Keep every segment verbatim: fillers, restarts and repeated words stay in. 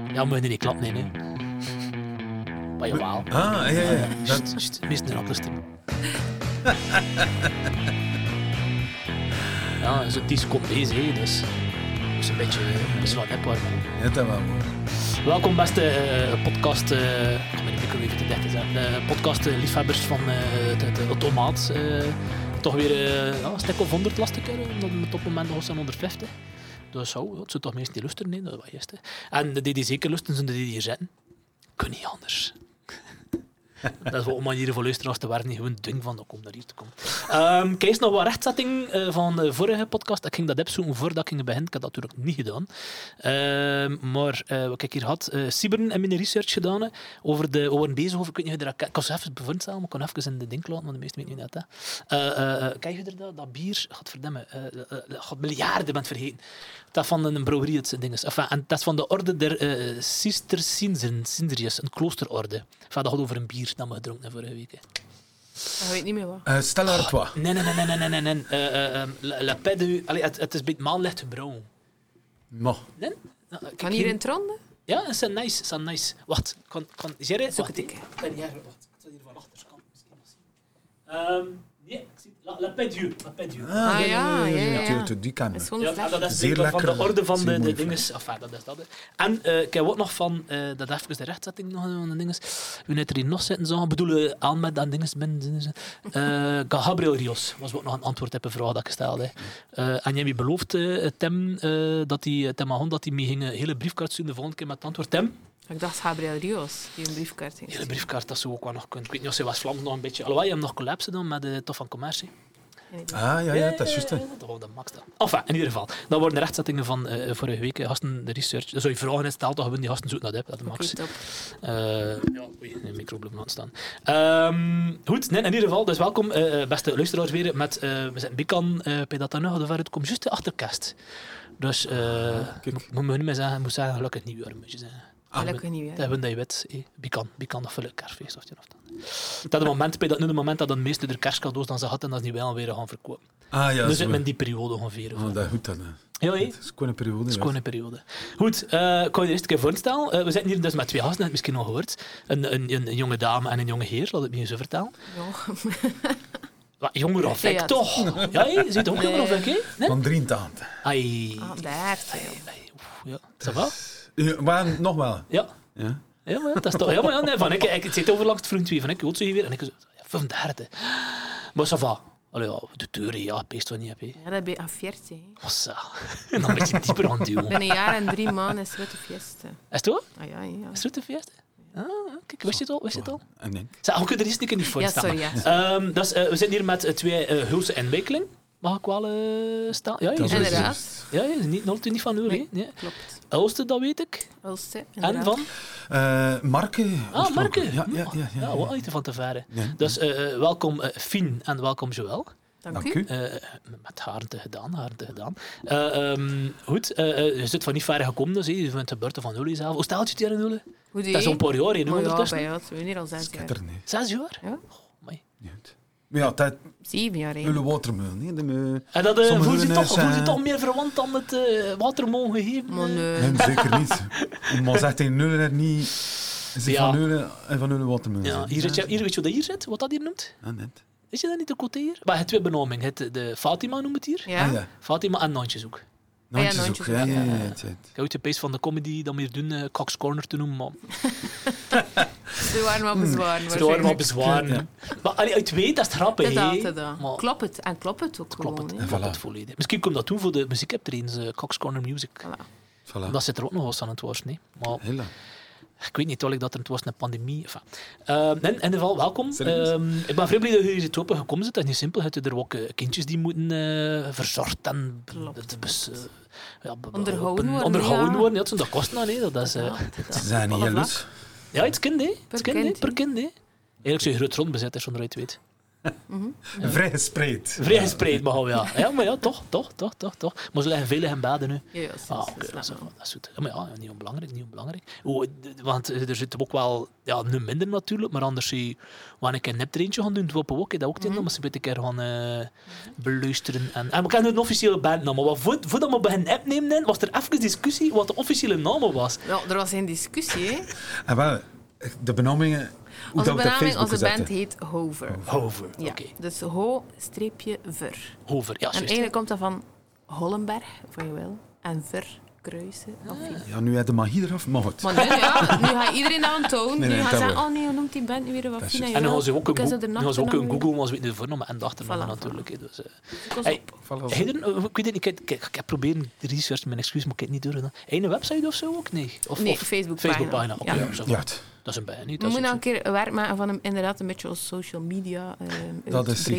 Ja, moet je niet klappen, nee. nee. Maar jawel. Ah, ja, ja. ja. Dat... Just, just, meestal een andere stem. Ja, zo'n tien seconden bezig, hè, dus... Dat is een beetje... Dat is wel nep, hoor, man. Ja, dat wel. Welkom, beste uh, podcast... Uh, ik ga mijn micro even te dicht zijn. Uh, podcast uh, liefhebbers van uh, de, de automaat. Uh, toch weer uh, ja, een stuk of honderd lastig, omdat we op het moment nog zijn honderdvijftig. Dus zo, het zou toch meestal niet lusten, nee, dat is wat juist. En de die zeker lusten, zijn de die hier zitten. Kun niet anders. Dat is wel om manieren voor luisteraars te werken, gewoon ding van, kom naar hier te komen. Um, kijk eens nog wat rechtzetting uh, van de vorige podcast. Ik ging dat opzoeken voordat ik ging beginnen. Ik heb dat natuurlijk niet gedaan. Uh, maar uh, wat ik hier had, uh, Siberen en mijn research gedaan, uh, over de over bezig over, ik weet niet, ik kan ze even bevonden stellen, maar ik kan even in de ding laten, want de meesten weten niet dat. Uh, uh, uh, kijk je er dat, dat bier, godverdamme, uh, uh, uh, god, miljarden bent vergeten. Dat van een brouwerie, het ding is. Enfin, en dat is van de orde der uh, Cisterciërs, een kloosterorde. Enfin, dat gaat over een bier dat we gedronken hebben vorige week. Ik weet niet meer wat. Uh, Stella Artois. Oh, nee, nee, nee, nee, nee, nee, nee. Uh, uh, um, la, la Pede, allee, het, het is bij het maanlicht gebrouwen. Mo. Nee? Nou, kan hier in het ronde? Ja, dat is een nice, dat is nice. Wacht, kan, kan, Jerry? Zoek het ik. Ik ben hier, wacht, ik zal hier van achterkant misschien nog zien. Um, nee, ik zie La, la Pedieu. La Pedieu. Ah, ja, ja, ja. ja, ja, ja. ja. Die kan dat is we. gewoon ja, dat is zeer van lekker. de orde van de, de dingen. Fles. Enfin, dat is dat. Hè. En uh, ik heb ook nog van, uh, dat even de rechtzetting nog van de dingen. Wie net er hier nog zitten, zo, bedoel aan met dat dingen. Uh, Gabriel Rios was ook nog een antwoord op een vraag dat ik gesteld. Uh, en jij me beloofd, uh, Tim, uh, dat hij Tim Mahon, dat hij me ging een hele briefkaart sturen de volgende keer met het antwoord. Tim? Ik dacht Gabriel Rios, die een briefkaart heeft. Hele briefkaart, dat zou ook wel nog kunnen. Ik weet niet of hij was Vlaams nog een beetje. Alhoewel, je hebt nog collabs gedaan met de Tof van Commercie. Ah, ja, ja, dat is juist. Dat was de max dan. Enfin, in ieder geval. Dat worden de rechtzettingen van uh, vorige week. Gasten, de research. Zou je vragen is, stel toch gewoon die gasten zoeken naar dat, dat de max. Okay, uh, ja, oei, een microbloem aan staan. Um, goed, nee, in ieder geval. Dus welkom, uh, beste luisteraars weer. Met, uh, we zijn Bikan, uh, bij dat dan nog, het komt juist de achterkast. Dus, uh, moet me niet meer zeggen, ik moet zeggen, gelukkig nieuwjaar, moet je zeggen. Ah, gelukkig nieuwjaar. Dat hebben dat je weet. Eh. Bikan, Bikan nog veel kerstfeest of je of dan. Dat moment, bij dat nu het moment dat de meeste de kerstcadeaus dan ze hadden en dat ze niet wel weer gaan verkopen. Ah, ja, dus zitten we in die periode ongeveer. Oh, dat is goed dan. Ja, hé. Het is gewoon een periode. Het is gewoon een periode. Goed, uh, ik kan je de eerste keer voorstellen. Uh, we zitten hier dus met twee gasten, heb je misschien nog gehoord. Een, een, een, een jonge dame en een jonge heer, laat het me eens vertellen. Ja. Wat, jonger of ik ja, toch? Ja, je ziet ook jonger of ik, hè? Nee? Van drieëntachtig. Ai. Ah, daar. Ja, ça va? Ja, maar nog wel. Ja. Ja. Ja, maar dat is toch... Ja, maar ja, nee, van, ik, ik, ik zit overlangs het vriend twee van ik, wat zeg je weer? En ik zo, ja, vijfendertig. Maar ça va. Allee, ja, de deuren, ja, peest wel niet heb, hè. Ja, dat ben je aan veertig. Wat zo. En dan een beetje dieper aan het duwen. Binnen een jaar en drie maanden is het fiesta. Is het wel? Ah ja, ja. Is het een fiesta? Ah, kijk, wist je het al? Wist je het al? En denk. Zeg, ook er is niet niet voor Ja, staan. sorry, ja. Um, dus, uh, we zitten hier met uh, twee uh, Hulse en Wekeling. Mag ik wel uh, staan? Ja, je Dat is zit- Inderdaad. ja, je is niet, nooit niet van Ul, Nee. hè? Nee. Klopt. Ulster, dat weet ik. Ulster, En inderdaad. van? Uh, Marke. Ah, Marke. Ja, ja, ja. ja, Ja, wat uit van te verre. Ja. Dus uh, welkom uh, Fien en welkom Joël. Dank, Dank u. u. Uh, met haren te gedaan, haren te gedaan. Uh, um, goed, uh, uh, je zit van niet ver gekomen, dus je bent de buiten van Uli zelf. Hoe stelt je het hier in Uli? Hoe die? Dat is zo'n paar jaar in Maar ja, ondertussen. bij jou, we zijn hier al zes jaar. Skitter, nee. Zes jaar? Ja? Oh, amai. Niet. Maar ja, dat Zeven jaar, hè. Ulle watermeul. Nee, de me... En dat uh, Sommige voelt je, mensen, toch, voelt je uh, toch meer verwant dan het uh, watermogen gegeven? Maar nee. Nee, zeker niet. Maar zegt hij nullen net niet. Is hij Ja. van nullen en van nullen watermeul? Ja, hier, zit je, hier weet je wat dat hier zit? Wat dat hier noemt? Ah, net. Is je dat niet de côté hier? Maar het twee benamingen. Het, de Fatima noemt het hier. Ja? Ah, ja. Fatima en Nantjes ook. Nantjes ja, ook. Nantjes Ja, ook, ja, ja. ja. ja, ja. Ik heb ooit de pees van de comedy dat we hier doen, uh, Cox Corner te noemen, maar Ze waren wel bezwaren. ze waren wel bezwaren. Ja. Maar allee, uit weet, dat is het grappig, Dat hè. dat, dat. Maar Klopt het. En klopt het ook klopt gewoon. het, hè. klopt Voilà. het volledig. Misschien komt dat toe voor de muziekoptredens, uh, Cox Corner Music. Voilà. Voilà. Dat zit er ook nog eens aan het worden, hè. Maar Hela. ik weet niet, dat er het was een pandemie. Enfin, uh, in ieder geval, welkom. Serieus? Uh, ik ben vrij blij dat je hier open gekomen zit. Dat is niet simpel. Je hebt er ook uh, kindjes die moeten uh, verzorgd en Klopt. bes, uh, ja, b- Onderhouden op- worden, onderhouden ja. worden. Ja, dat zijn dat kosten dan, hè. Dat is, uh, Ja, Ze zijn niet heel lus. ja, het kind, hè. Het Per kind, hè. kind, Per hè. kind, hè. Eigenlijk zou je groot grondbezit is, zonder dat je het weet. Mm-hmm. Vrij gespreid. Vrij gespreid, maar ja. Ja, maar ja, toch, toch, toch, toch, toch. Maar ze leggen veel in baden nu. Ja, ja, sinds, Ah, oké, okay, dat, is, dat is goed. Ja, maar ja, niet onbelangrijk, niet onbelangrijk. O, d- want er zit ook wel, ja, nu minder natuurlijk, maar anders zie je, wanneer ik een nep eentje gaan doen, het op ook, dat ook mm-hmm. maar ze een keer gaan uh, beluisteren. En, en we kennen een officiële bandnaam, maar voordat voor we beginnen app nemen, was er even discussie wat de officiële naam was. Ja, er was geen discussie, hè. En wel, de benamingen... Hoe Onze dat we het op benaming, Facebook onze band zetten. heet Hover. Hover, Ja, oké. Okay. dus ho-ver. Hover, ja, En juist. eigenlijk komt dat van Hollenberg, voor je wil, en ver kruisen. Of iets. Ja, nu heb je de magie eraf, mag het. Maar nu, ja, nu gaat iedereen dat onthouden. Nee, Nu nee, gaan dat zeggen, wel. oh nee, hoe noemt die band nu weer wat Dat is fijn? juist. En dan gaan ze ook een, Because go- of the dan gaan ze ook nachtenaam een weer. Google, maar ze weten de voornaam en de achternaam Voilà, natuurlijk. hè, Dus, uh. Zoek Hey, op. Voilà. Heb je er- ik weet het niet, ik, ik, ik heb proberen de research, mijn excuus, maar ik heb het niet door. Een website of zo ook? Nee. Of, Nee, of Facebookpagina. Facebookpagina. Oké, Ja. ja, zo Ja, van. het- Dat is een bijna niet. We Dat is moeten ook nou een keer werk maken van een, inderdaad een beetje als social media, uh, Dat is zeker.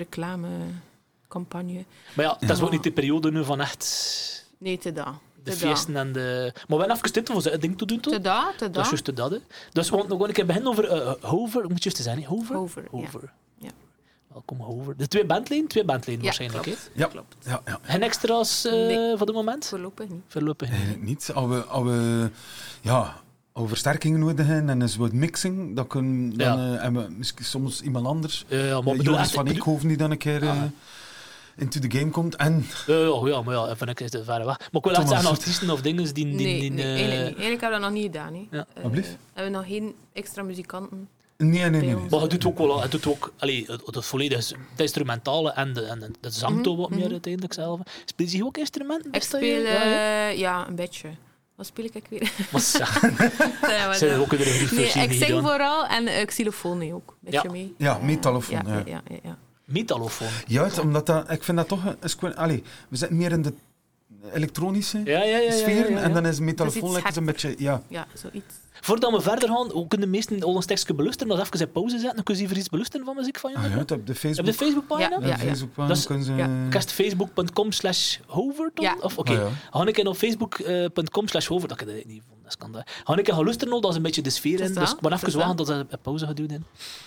uitbreidingsreclamecampagne. Maar ja, dat is Ja. ook niet de periode nu van echt Nee, te da. de Te feesten en de... Maar wel even dit voor een ding te doen, toch? Te da, te Dat da. is juist te dat, hè. Dus we gaan nog een keer beginnen over uh, Hover. Hoe moet je juist te zijn, hè? Hover? Hover, ja. Hover. Ja. Welkom, Hover. De twee bandleden? Twee bandleden Ja, waarschijnlijk, hè? klopt. Ja. klopt. Ja, ja. Geen extra's uh, Nee. voor het moment? Voorlopig niet. Voorlopig niet. Eigenlijk niet. Als we, als we ja, als we versterkingen nodig hebben en is wat mixing, dan, kunnen, dan Ja. uh, hebben we misschien soms iemand anders. Uh, ja, maar Uh, bedoel, Joris echt- van bedoel- Eekhoven die dan een keer uh, Ah. into the game komt. En Ja, ja, ja, maar ja, even een keer te ver weg. Maar ik wil echt Thomas zeggen, Soet. artiesten of dingen die... die, Nee, die nee eh, eigenlijk niet. Eigenlijk hebben we dat nog niet gedaan. Hè. Ja. Eh, Alblieft? hebben we nog geen extra muzikanten. nee, nee, nee. nee. Maar het doet ook wel, het doet ook, allee, het, het volledige het instrumentale en de, en de, de zang toch wat meer mhm. uiteindelijk zelf. Speel je ook instrumenten? Ik best dat speel, je- ja, ja. eh, ja, een beetje. Wat speel ik weer? Maar ja, Ja, maar zijn er dat- ook weer een brief nee, voor ik zing gedaan. vooral en uh, xylofoon nee, ook. Een beetje Ja. mee. Ja, metalofoon, Ja, ja. ja, ja, ja. Metalofoon. Ja, het- omdat dat, ik vind dat toch een, een squ- allee, we zitten meer in de elektronische Ja, ja, ja. ja, sfeer ja, ja, ja. en dan is Dat metalofoon is iets lekker een beetje, ja. Ja, zoiets. Voordat we verder gaan, hoe kunnen de meesten al een stukje beluisteren? Nog even in pauze zetten, dan kunnen ze even iets beluisteren van muziek van je. Ah ja, het op de Op Facebook. de Facebookpagina? Ja, Ja, ja. Facebook Dat is- kunnen ze... ja. Kast facebook.com slash hover dan? Ja. Of oké, Ah, ja. ga ik op facebook.com slash hover, dat kan ik niet vonden, dat is kan dat. Ga ik gaan luisteren, dat is een beetje de sfeer Het in, is dus dat, ik moet het even is wachten dat. tot ze een pauze gaan doen. in.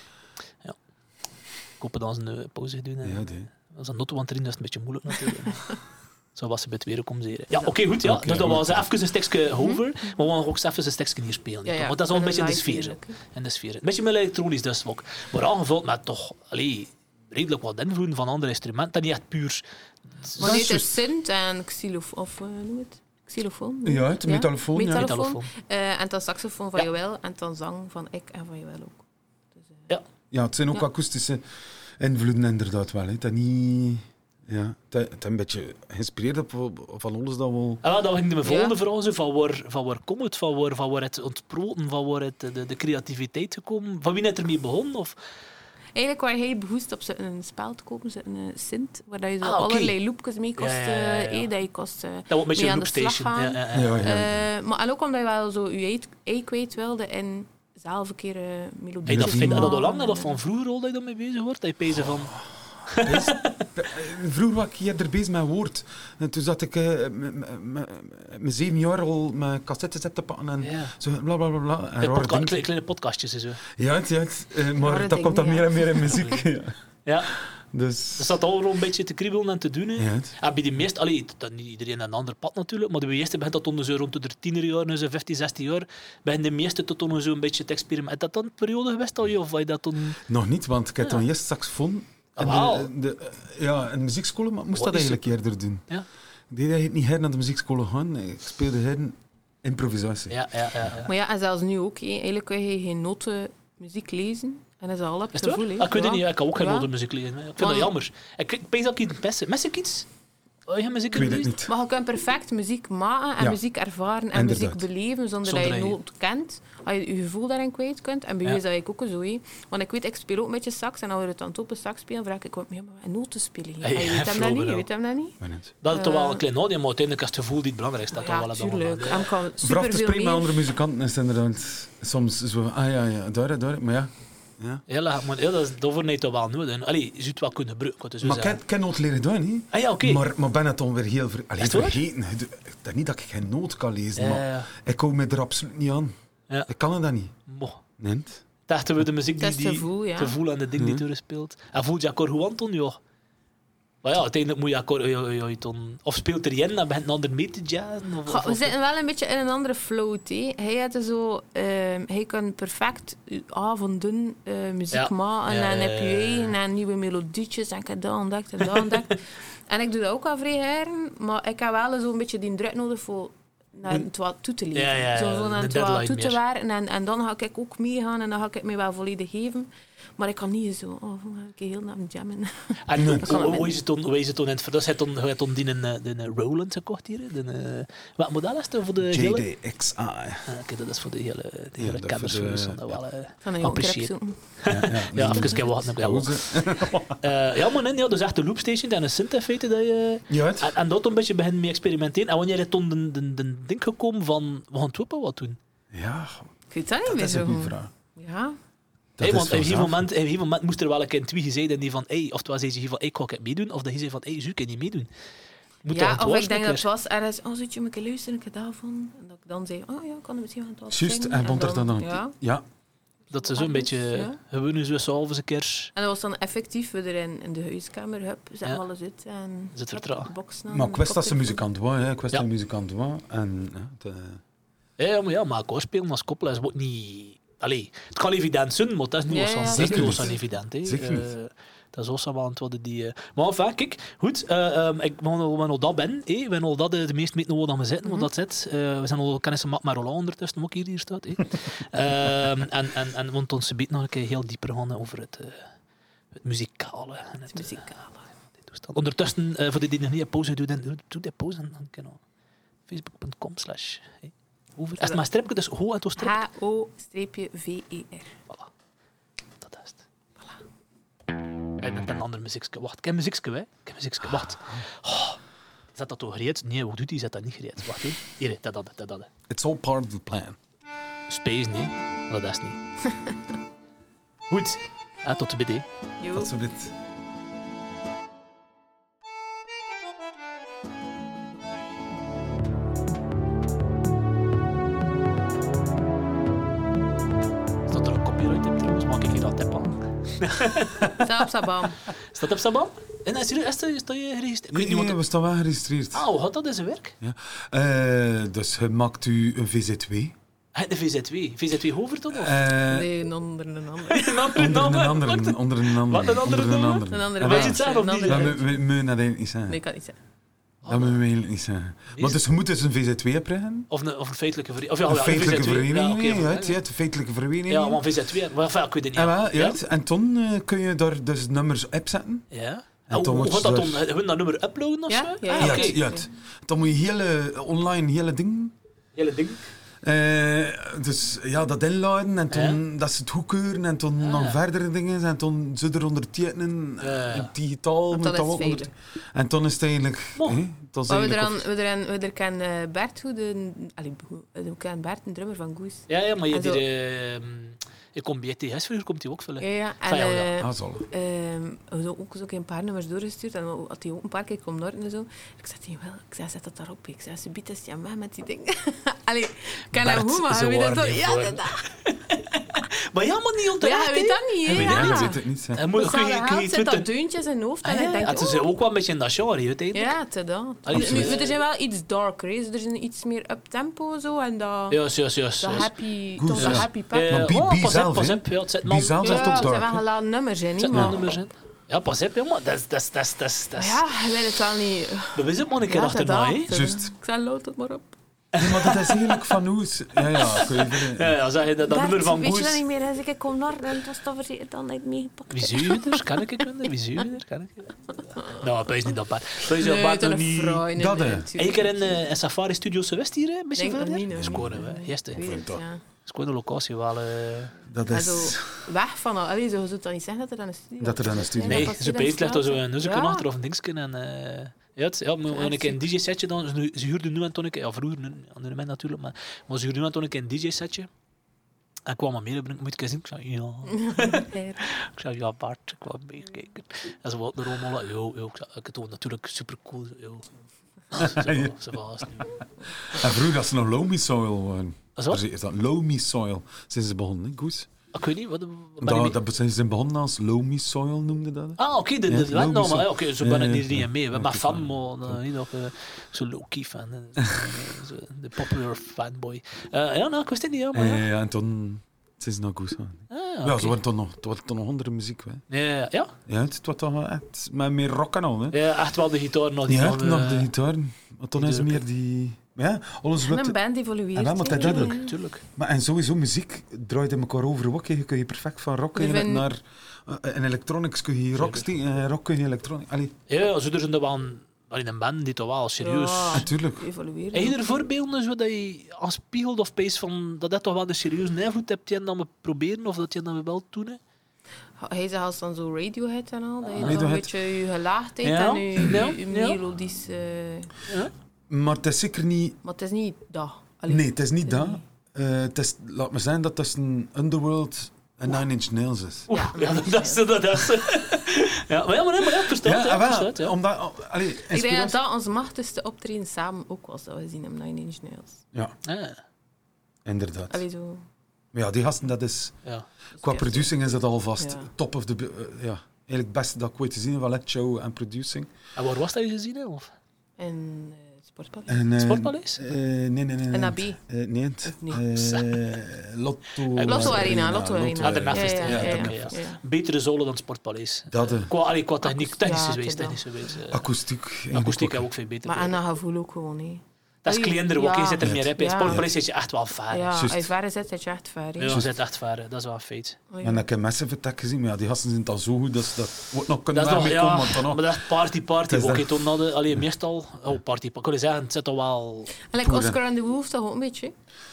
Ja. Ik hoop dat ze een eh, pauze gaan doen. in. Ja, die. Als een notto aan het erin, dat is een beetje moeilijk natuurlijk. Zo was ze bij het weer komen zeren. Ja, oké, goed. Ja. Oké, dus dat goed. was even een stukje hover, maar we gaan ook even een stukje hier spelen. Ja, ja. Want dat is al een En beetje in de live sfeer. natuurlijk, hè. In de sfeer. Een beetje met elektronisch dus ook. Maar aangevuld met toch allee, redelijk wat invloeden van andere instrumenten. Dat niet echt puur... Maar nee, het juist. is synth en xylofoon, of uh, noem het? Xylofoon? Ja, het metalofoon, ja. Metalofoon. Metalofoon. Uh, en dan saxofoon van Ja. Joël en dan zang van ik en van Joël ook. Dus, uh, Ja. Ja, het zijn ook Ja. akoestische invloeden inderdaad wel. Hè. Het is niet... Ja, het is- het is een beetje geïnspireerd op, op- van alles dat we... En dan ging de volgende Ja. vraag zo, van waar, van waar komt het? Van waar, van waar het ontproten? Van waar het de, de creativiteit gekomen? Van wie net ermee begonnen? Of? Eigenlijk waar hij behoest op zitten een spel te kopen, zit een synth, waar dat je zo Ah, oké. allerlei loopjes mee kost, Ja, ja, ja, ja. eh, eh, dat je kost eh, Dat wordt een beetje mee een aan de slag loopstation. gaan. Ja, ja, ja. Ja, ja. Eh, maar en ook omdat je wel zo je ei- ei kwijt wilde en zelf een keer uh, melodieën Hey, dat vind je dat al lang, maken. dat van vroeger al dat je daarmee bezig wordt? Dat je pezen van... Vroeger was ik hier bezig met woord. En toen zat ik uh, met zeven jaar al mijn cassettes op te pakken en Ja. zo bla bla bla bla. En Kleine, rare podca- dingen. kleine, kleine podcastjes en zo. Ja, het, ja, het, uh, maar Rare dat komt dan dingen, meer ja. en meer in muziek. ja. Ja, Dus... dat zat al wel een beetje te kriebelen en te doen. Hè. Ja, het. En bij de meeste, allee, dat niet iedereen een ander pad natuurlijk, maar de meeste begint dat toen zo rond de tienerjaren, dus vijftien, zestien jaar, begint de meeste tot toen zo een beetje te experimenteren. Is dat dan een periode geweest al je, of was je dat toen... Nog niet, want ik heb Ja. toen eerst saxofoon in Ah, wauw. de, de, uh, ja, in de muziekschool, maar ik moest Wat dat is eigenlijk eerder doen. Ja. Ik deed eigenlijk niet her naar de muziekschool gaan. Ik speelde her improvisatie. Ja, ja, ja. ja. Maar ja, en zelfs nu ook. Hé. Eigenlijk kun je geen noten muziek lezen en dat is al op Is te het waar? voelen. Ah, ik weet het niet, ik kan ook geen Ja. noten muziek lezen. hè. Ik vind Maar- dat jammer. Ik ik weet dat ik iets best... Mis ik iets? Oh, ja, muziek Ik weet het lezen? niet. Maar je kunt perfect muziek maken en Ja. muziek ervaren en Inderdaad. muziek beleven zonder, Zonder dat je dat je- noot kent. Als je je gevoel daarin kwijt kunt. En bij Ja. mij is dat eigenlijk ook zo. Hé. Want ik weet, ik speel ook met je sax en als we het dan op een sax spelen, vraag ik ook, ja, maar een noten spelen. Hey, Ja, je weet hem dat flow niet, je wel. weet hem dat niet. Ik weet het. Dat is toch wel Eh. een klein nadeel, maar uiteindelijk is het gevoel die het belangrijkste. Dat Ja, toch wel op dat tuurlijk. moment, En ja. kan Vooraf te superveel spreken met meer. andere muzikanten is het inderdaad soms zo, ah ja, ja, daar, daar, maar ja. ja. Ja, la- maar ja, dat is, daarvoor niet toch wel nodig. Allee, je zou het wel kunnen gebruiken. kan het zo Maar ik zeggen. heb- ik heb nooit leren doen, hè. Ah ja, oké. Maar, maar ben het dan weer heel ver, allee, Is het waar? vergeten. Het is niet dat ik geen noot kan lezen, Ja, maar ja, ja. ik hou me er absoluut niet aan. Ja. Ik kan dat niet. Mo. Nee. Dachten we de muziek die, Het is te die voel, ja. te voelen en de dingen die Mhm. er speelt. En voelt je akkoord goed, Anton? Ja. Maar ja, uiteindelijk moet je akkoord... Ja, ja, ja, dan, of speelt er Jen en begint een ander mee te jazzen? Of, Goh, of, we of- zitten wel een beetje in een andere flow. Hè. Hij, had er zo, ehm, hij kan perfect avonden uh, muziek Ja. maken Ja, en ja, heb je ja, ja. eigen en nieuwe melodietjes en ik heb dat ontdekt en dat ontdekt. En ik doe dat ook al vrij heren, maar ik heb wel zo'n beetje die druk nodig voor naar het wat toe te leven. Ja, ja, ja, zo, zo naar de het wat deadline toe te meer. werken en, en dan ga ik ook meegaan en dan ga ik mij wel volledig geven. Maar ik kan niet zo, oh, ga ik heel naar hem jammen. En hoe, Dat kan hoe, het hoe is het dan, hoe is het dan in het verder? Hij had hij had dan die een, eh, die een Roland gekocht hier. Die, uh, wat model is dat voor de hele... J D X I. Ah, oké, dat is voor de hele, de Ja, hele dat kenners. voor de- Dus dan wel, uh, Ik ga een jonker Appreciate. opzoeken. Ja, ja, ja, even kijken wat ik Pauze. uh, Ja, maar nee, ja, dus echt de loopstation en een synth in feite. Dat je, Ja, het. en, en dat een beetje begint mee experimenteren. En wanneer is toen de, de, de ding gekomen van we gaan het wel wat doen? Ja, Ik weet dat niet dat meer is zo. een goede vraag. Ja. Dat Hey, is want op een gegeven vanzelf. moment, op een gegeven moment moest er wel een keer twee gezegd en die van, hey, of het was hij van, hey, ik ga het meedoen, of dat hij zei van, hey, Zuur, kan je niet meedoen? Moet Ja, toch of het ik denk dat het was. was ergens, oh, zit je een keer luisteren, ik heb daarvan. En dat ik dan zei, oh ja, ik kan er misschien aan het Juist, en bond er dan nog... Ja. Ja, Dat ze zo'n beetje, Ja. gewoon nu zo half eens een keer... En dat was dan effectief, we er in, in de huiskamer, hup, zet Ja. alles uit en... Zit hup, vertraagd. boksen aan, maar ik wist dat ze koptelefoon. muzikant was. hè. Ik wist Ja. dat ze muzikant was. En ja, het, eh, Ja, maar ja, maar akkoordspelen als koppel is ook niet... Allee, het kan evident zijn, maar dat is niet Ja, zo ja, zeker zeker niet. zo evident. Hè. Zeker Eh, niet. dat is ook zo aan het worden die... eh, Maar enfin, kijk, goed, uh, um, ik ben al dat ben, hè. We hebben al dat uh, de meest weten hoe dat we zitten, hoe dat zit. Uh, we zijn al kennis gemaakt met Roland ondertussen, ook hier, hier staat. Hè. um, en, en, en we moeten ons gebied nog een keer heel dieper gaan over het, uh, het muzikale. En het, Het muzikale. toestand. Ondertussen, uh, voor die die nog niet een pauze doen, doe, doe die pauze en dan kan je facebook punt com slash over. Is het maar stripje, dus ho en to strip. H O V E R. Voilà. Dat is het. Voilà. En met een ander muziekje. Wacht, ik heb muziekje, hè. Ik heb muziekje, wacht. Oh, zet dat toch gereed? Nee, hoe doet hij? Zet dat niet gereed. Wacht, hè. Hier, dat, dat, dat, dat. it's all part of the plan. Space, nee. Dat is niet. Goed. Ja, tot de B D. Jo. Dat zo dit. Staat er een copyright in trouwens? Maak ik hier dat tip aan? Stap, sabam. Staat op Sabam? En is er is er- is dat je geregistreerd? Ik weet niet Nee, wat... we staan wel geregistreerd. Ah, hoe gaat dat in zijn werk? Ja. Eh, dus je maakt u een V Z twee. Hij de V Z W. V Z W Hoverton of? Eh, Nee, een ander, een ander. Een andere onder een naam? andere. Onder een andere. Wat, een andere onder een nummer? andere. Een andere Ah, Wil je wel. iets zeggen of Een niet? andere Dat moet moet- moet je dat eigenlijk niet zeggen. Nee, ik kan niet zeggen. Dat moet je eigenlijk niet zeggen. Maar dus je moet dus een V Z twee opbrengen. Of een, of een feitelijke vereniging. Of ja, Een ja, feitelijke V Z W. vereniging. Ja, oké, Ja, ja, het- ja, de feitelijke vereniging. ja, maar V Z W. Maar enfin, ik weet het niet. En, wel, ja, Ja? het- en toen eh, kun je daar dus nummers op zetten. Ja. En En dan hoe moet gaat je dat daar- dan? Hun dat nummer uploaden of Ja, zo? ja, Ah, ja. Ja, oké. het- ja, het- dan moet je hele online hele ding. Hele ding. Eh, dus ja, dat inladen en toen dat ze het goedkeuren en toen Ah. nog verdere dingen en toen ze er ondertekenen, Ja. eh, digitaal. Want moet dat dat is ook onder- veilig. En toen is het eigenlijk. Bon. hè, dat is Maar we eigenlijk er, aan, we er, aan, we er kennen uh, Bert goed, de, allee, goed, we kennen Bert, een drummer van Goes. Ja, ja, maar je En zo- die, uh, ik kom bij T S vroeger, komt hij ook vullen. Ja, ja. En Van jou, ja. eh, ah, zal. ehm, we hebben ook zo een paar nummers doorgestuurd en had hij ook een paar keer komen orden en zo. Ik zei tegen wel, ik zei, zet dat daarop. Ik zei, ze biedt eens ja met die dingen. Allee, ik ken Bert, hem goed, maar ze je weet dat waren toch? niet Ja, voor. dat, dat. Maar ja, maar niet Ja, onterecht, je weet dat niet, hè? Ik weet het Ja. niet, ik weet het niet. hè. En moet, Maar kun je, zelf kun je zit dat Twitter... deuntjes in zijn hoofd en Ah, hij ja, denkt, het is oh. ook wel een beetje in dat genre, uiteindelijk. Ja, het is dat. Allee, Nu, absoluut. er zijn wel iets darker, hè. Er zijn iets meer up-tempo zo en dat... Juist, juist, juist. Dat juist. happy, Goed, toch ja. dat happy pep. Maar Eh, Bi- oh, Bi pas zelf, op, pas hè. op. Ja, het zit Bi man- zelf ja, zegt Ja, ook het zijn dark, wel hè. geladen nummers, hè, het niet? zit Maar, man nummers in. Ja, pas op, jongen. Dat is... Dat is... Dat is... Dat is... Dat is... ja, je weet het wel niet. We wisten maar een keer Ja, achterna, dat, hè. dat. Juist. Ik zei, lood het maar op. Nee, maar dat is eigenlijk van hoe... ze- Ja, ja, kun je willen- Ja, ja, zeg je dat, dat Bert, nummer van weet je dat Goes. niet meer? Als ik kom naar en het was toch verzekerd dan dat ik meegepakt Wie heb. zie je er? Kan ik het vinden? Wie zie je er? Kan ik het? Nou, dat is niet dat Bart. Dat is Nee, Bart dat nog is niet... een vrouw. Nee, Dat, nee, hè. natuurlijk Eén keer in, niet. uh, in Safari Studios West hier, hè, een beetje Denk nog verder. niet, Dat is nog gewoon, niet. hè. Eerste. Ik weet het, toch. ja. Dat is gewoon de locatie wel... eh, Dat En is... zo weg van al. Allee, zo, je zult dan niet zeggen dat er dan een studio Dat er dan een is. studio- Nee, Nee, dat ze past peet ligt er zo hier in een de neusje straat, achter of een dingetje. En, uh, ja, het, ja, maar echt een keer een ziek. D J-setje dan. Ze, ze huurden nu en toen een keer... Ja, vroeger, nu, andere mensen natuurlijk, maar, maar ze huurden nu en toen een keer een D J-setje. En ik kwam maar mee, moet ik eens zien? Ik zei, ja. ja. Ik zei, ja, Bart, ik wou meekijken. En ze wilden er allemaal... Jo, jo, ik zei, ik het was natuurlijk super cool. Jo. Ze, ze was nu. En vroeger dat ze nog loamy soil waren. Wat is dat? Is dat loamy soil? Sinds ze begonnen, hè, Goes? Ik weet niet, wat, wat ben Dat, je mee? dat zijn ze begonnen als Loamy Soil, noemde dat. Ah, oké, de, de, Ja, de landnaam. logisch. Ah, oké, zo ben ik Ja, niet ja, niet mee. We ja, hebben oké, fan, fijn. maar uh, niet nog uh, zo low-key fan. Uh, zo, de popular fanboy. Uh, ja, nou, ik wist het niet, ja, maar Ja, ja. ja, en toen zijn ze naar Goes gaan. Ah, Ja, oké. ze waren toch nog, het was toch nog andere muziek. Hè. Ja, ja, ja. Ja, het was toch wel echt met meer rock en al. Hè. Ja, echt wel de gitaar nog die Ja, nog, echt nog eh, de gitaar. Maar toen die is druk. meer die... Ja, alles En lukt. een band evolueert. Ah, wel, maar hè. dat- dat ook. Ja. Tuurlijk. Maar en sowieso, muziek draait in elkaar over. Ook. Je kun je perfect van rock We eigenlijk vinden- naar... Uh, in electronics kun je rock, Zeker. sti- uh, rock kun je electronics... Allee, Ja, zo er zijn er wel een, allee, een band die toch wel serieus... Ja. natuurlijk. Evolueren. Heb je er voorbeelden zo dat je aanspiegelt of pees van dat dat toch wel de serieuze invloed hebt die dan we proberen of dat je dan we wel doen? Hè? Hij zegt als dan zo Radiohead en al, dat je dan Radiohead. een beetje je gelaagdheid Ja, en je, ja, je ja. melodisch... eh, Ja? Maar het is zeker niet... maar het is niet dat. Allee, Nee, het is niet het dat. niet. Uh, het is, laat me zeggen dat het tussen Underworld en Nine Inch Nails is. Oeh, Ja, ja, dat is dat is. Ja, maar ja, maar ja, maar ja, verstaat, Ja, ja, ah, wel, verstaat, ja. omdat... oh, allee, Ik denk dat inspiratie- dat onze machtigste optreden samen ook was, dat we zien hem Nine Inch Nails. Ja, Ah, inderdaad. Allee, zo... Maar ja, die gasten, dat is... ja. Qua Ja. producing is dat alvast Ja. top of the... uh, ja, eigenlijk het beste dat ik ooit te zien heb, wel echt show en producing. En waar was dat je gezien? Hè? Of? En uh, Sportpaleis. En, eh, Sportpaleis? eh, nee, nee, nee. nee. En A B. Eh, nee, het, Of niet? eh, Lotto... Lotto Arena, Lotto Arena. Lotto Ah, de Nafest, ja, ja, ja, oké, ja, ja. ja. Betere zolen dan het Sportpaleis. Dat, eh, Qua, allee, qua techniek, Akoest- technisch ja, geweest, het technisch geweest. eh. Akoestiek. eigenlijk Akoestiek ook. ook veel beter. Maar en dat gevoel ook gewoon, hè. Dat is Allee, kleiner ook, ja. je zit er Ja. meer op. In Ja. Sportpaleis zit je echt wel ver. Ja, Ja, Juist. als je ver zit, zit je echt ver, hè. je zit echt ver, hè. Dat is wel een feit. Oh, ja. En ik heb Massive Attack gezien, maar ja, die gasten zijn dan zo goed dat ze dat wordt nog kunnen Dat is nog, daarmee ja, komen. Want dan maar nog... dat is party, party. Het is Ook, dat. hè, toen hadden, allee, meestal... Oh, party, ik wil zeggen, het zit toch wel... En like Poeder. Oscar and the Wolf toch ook een beetje?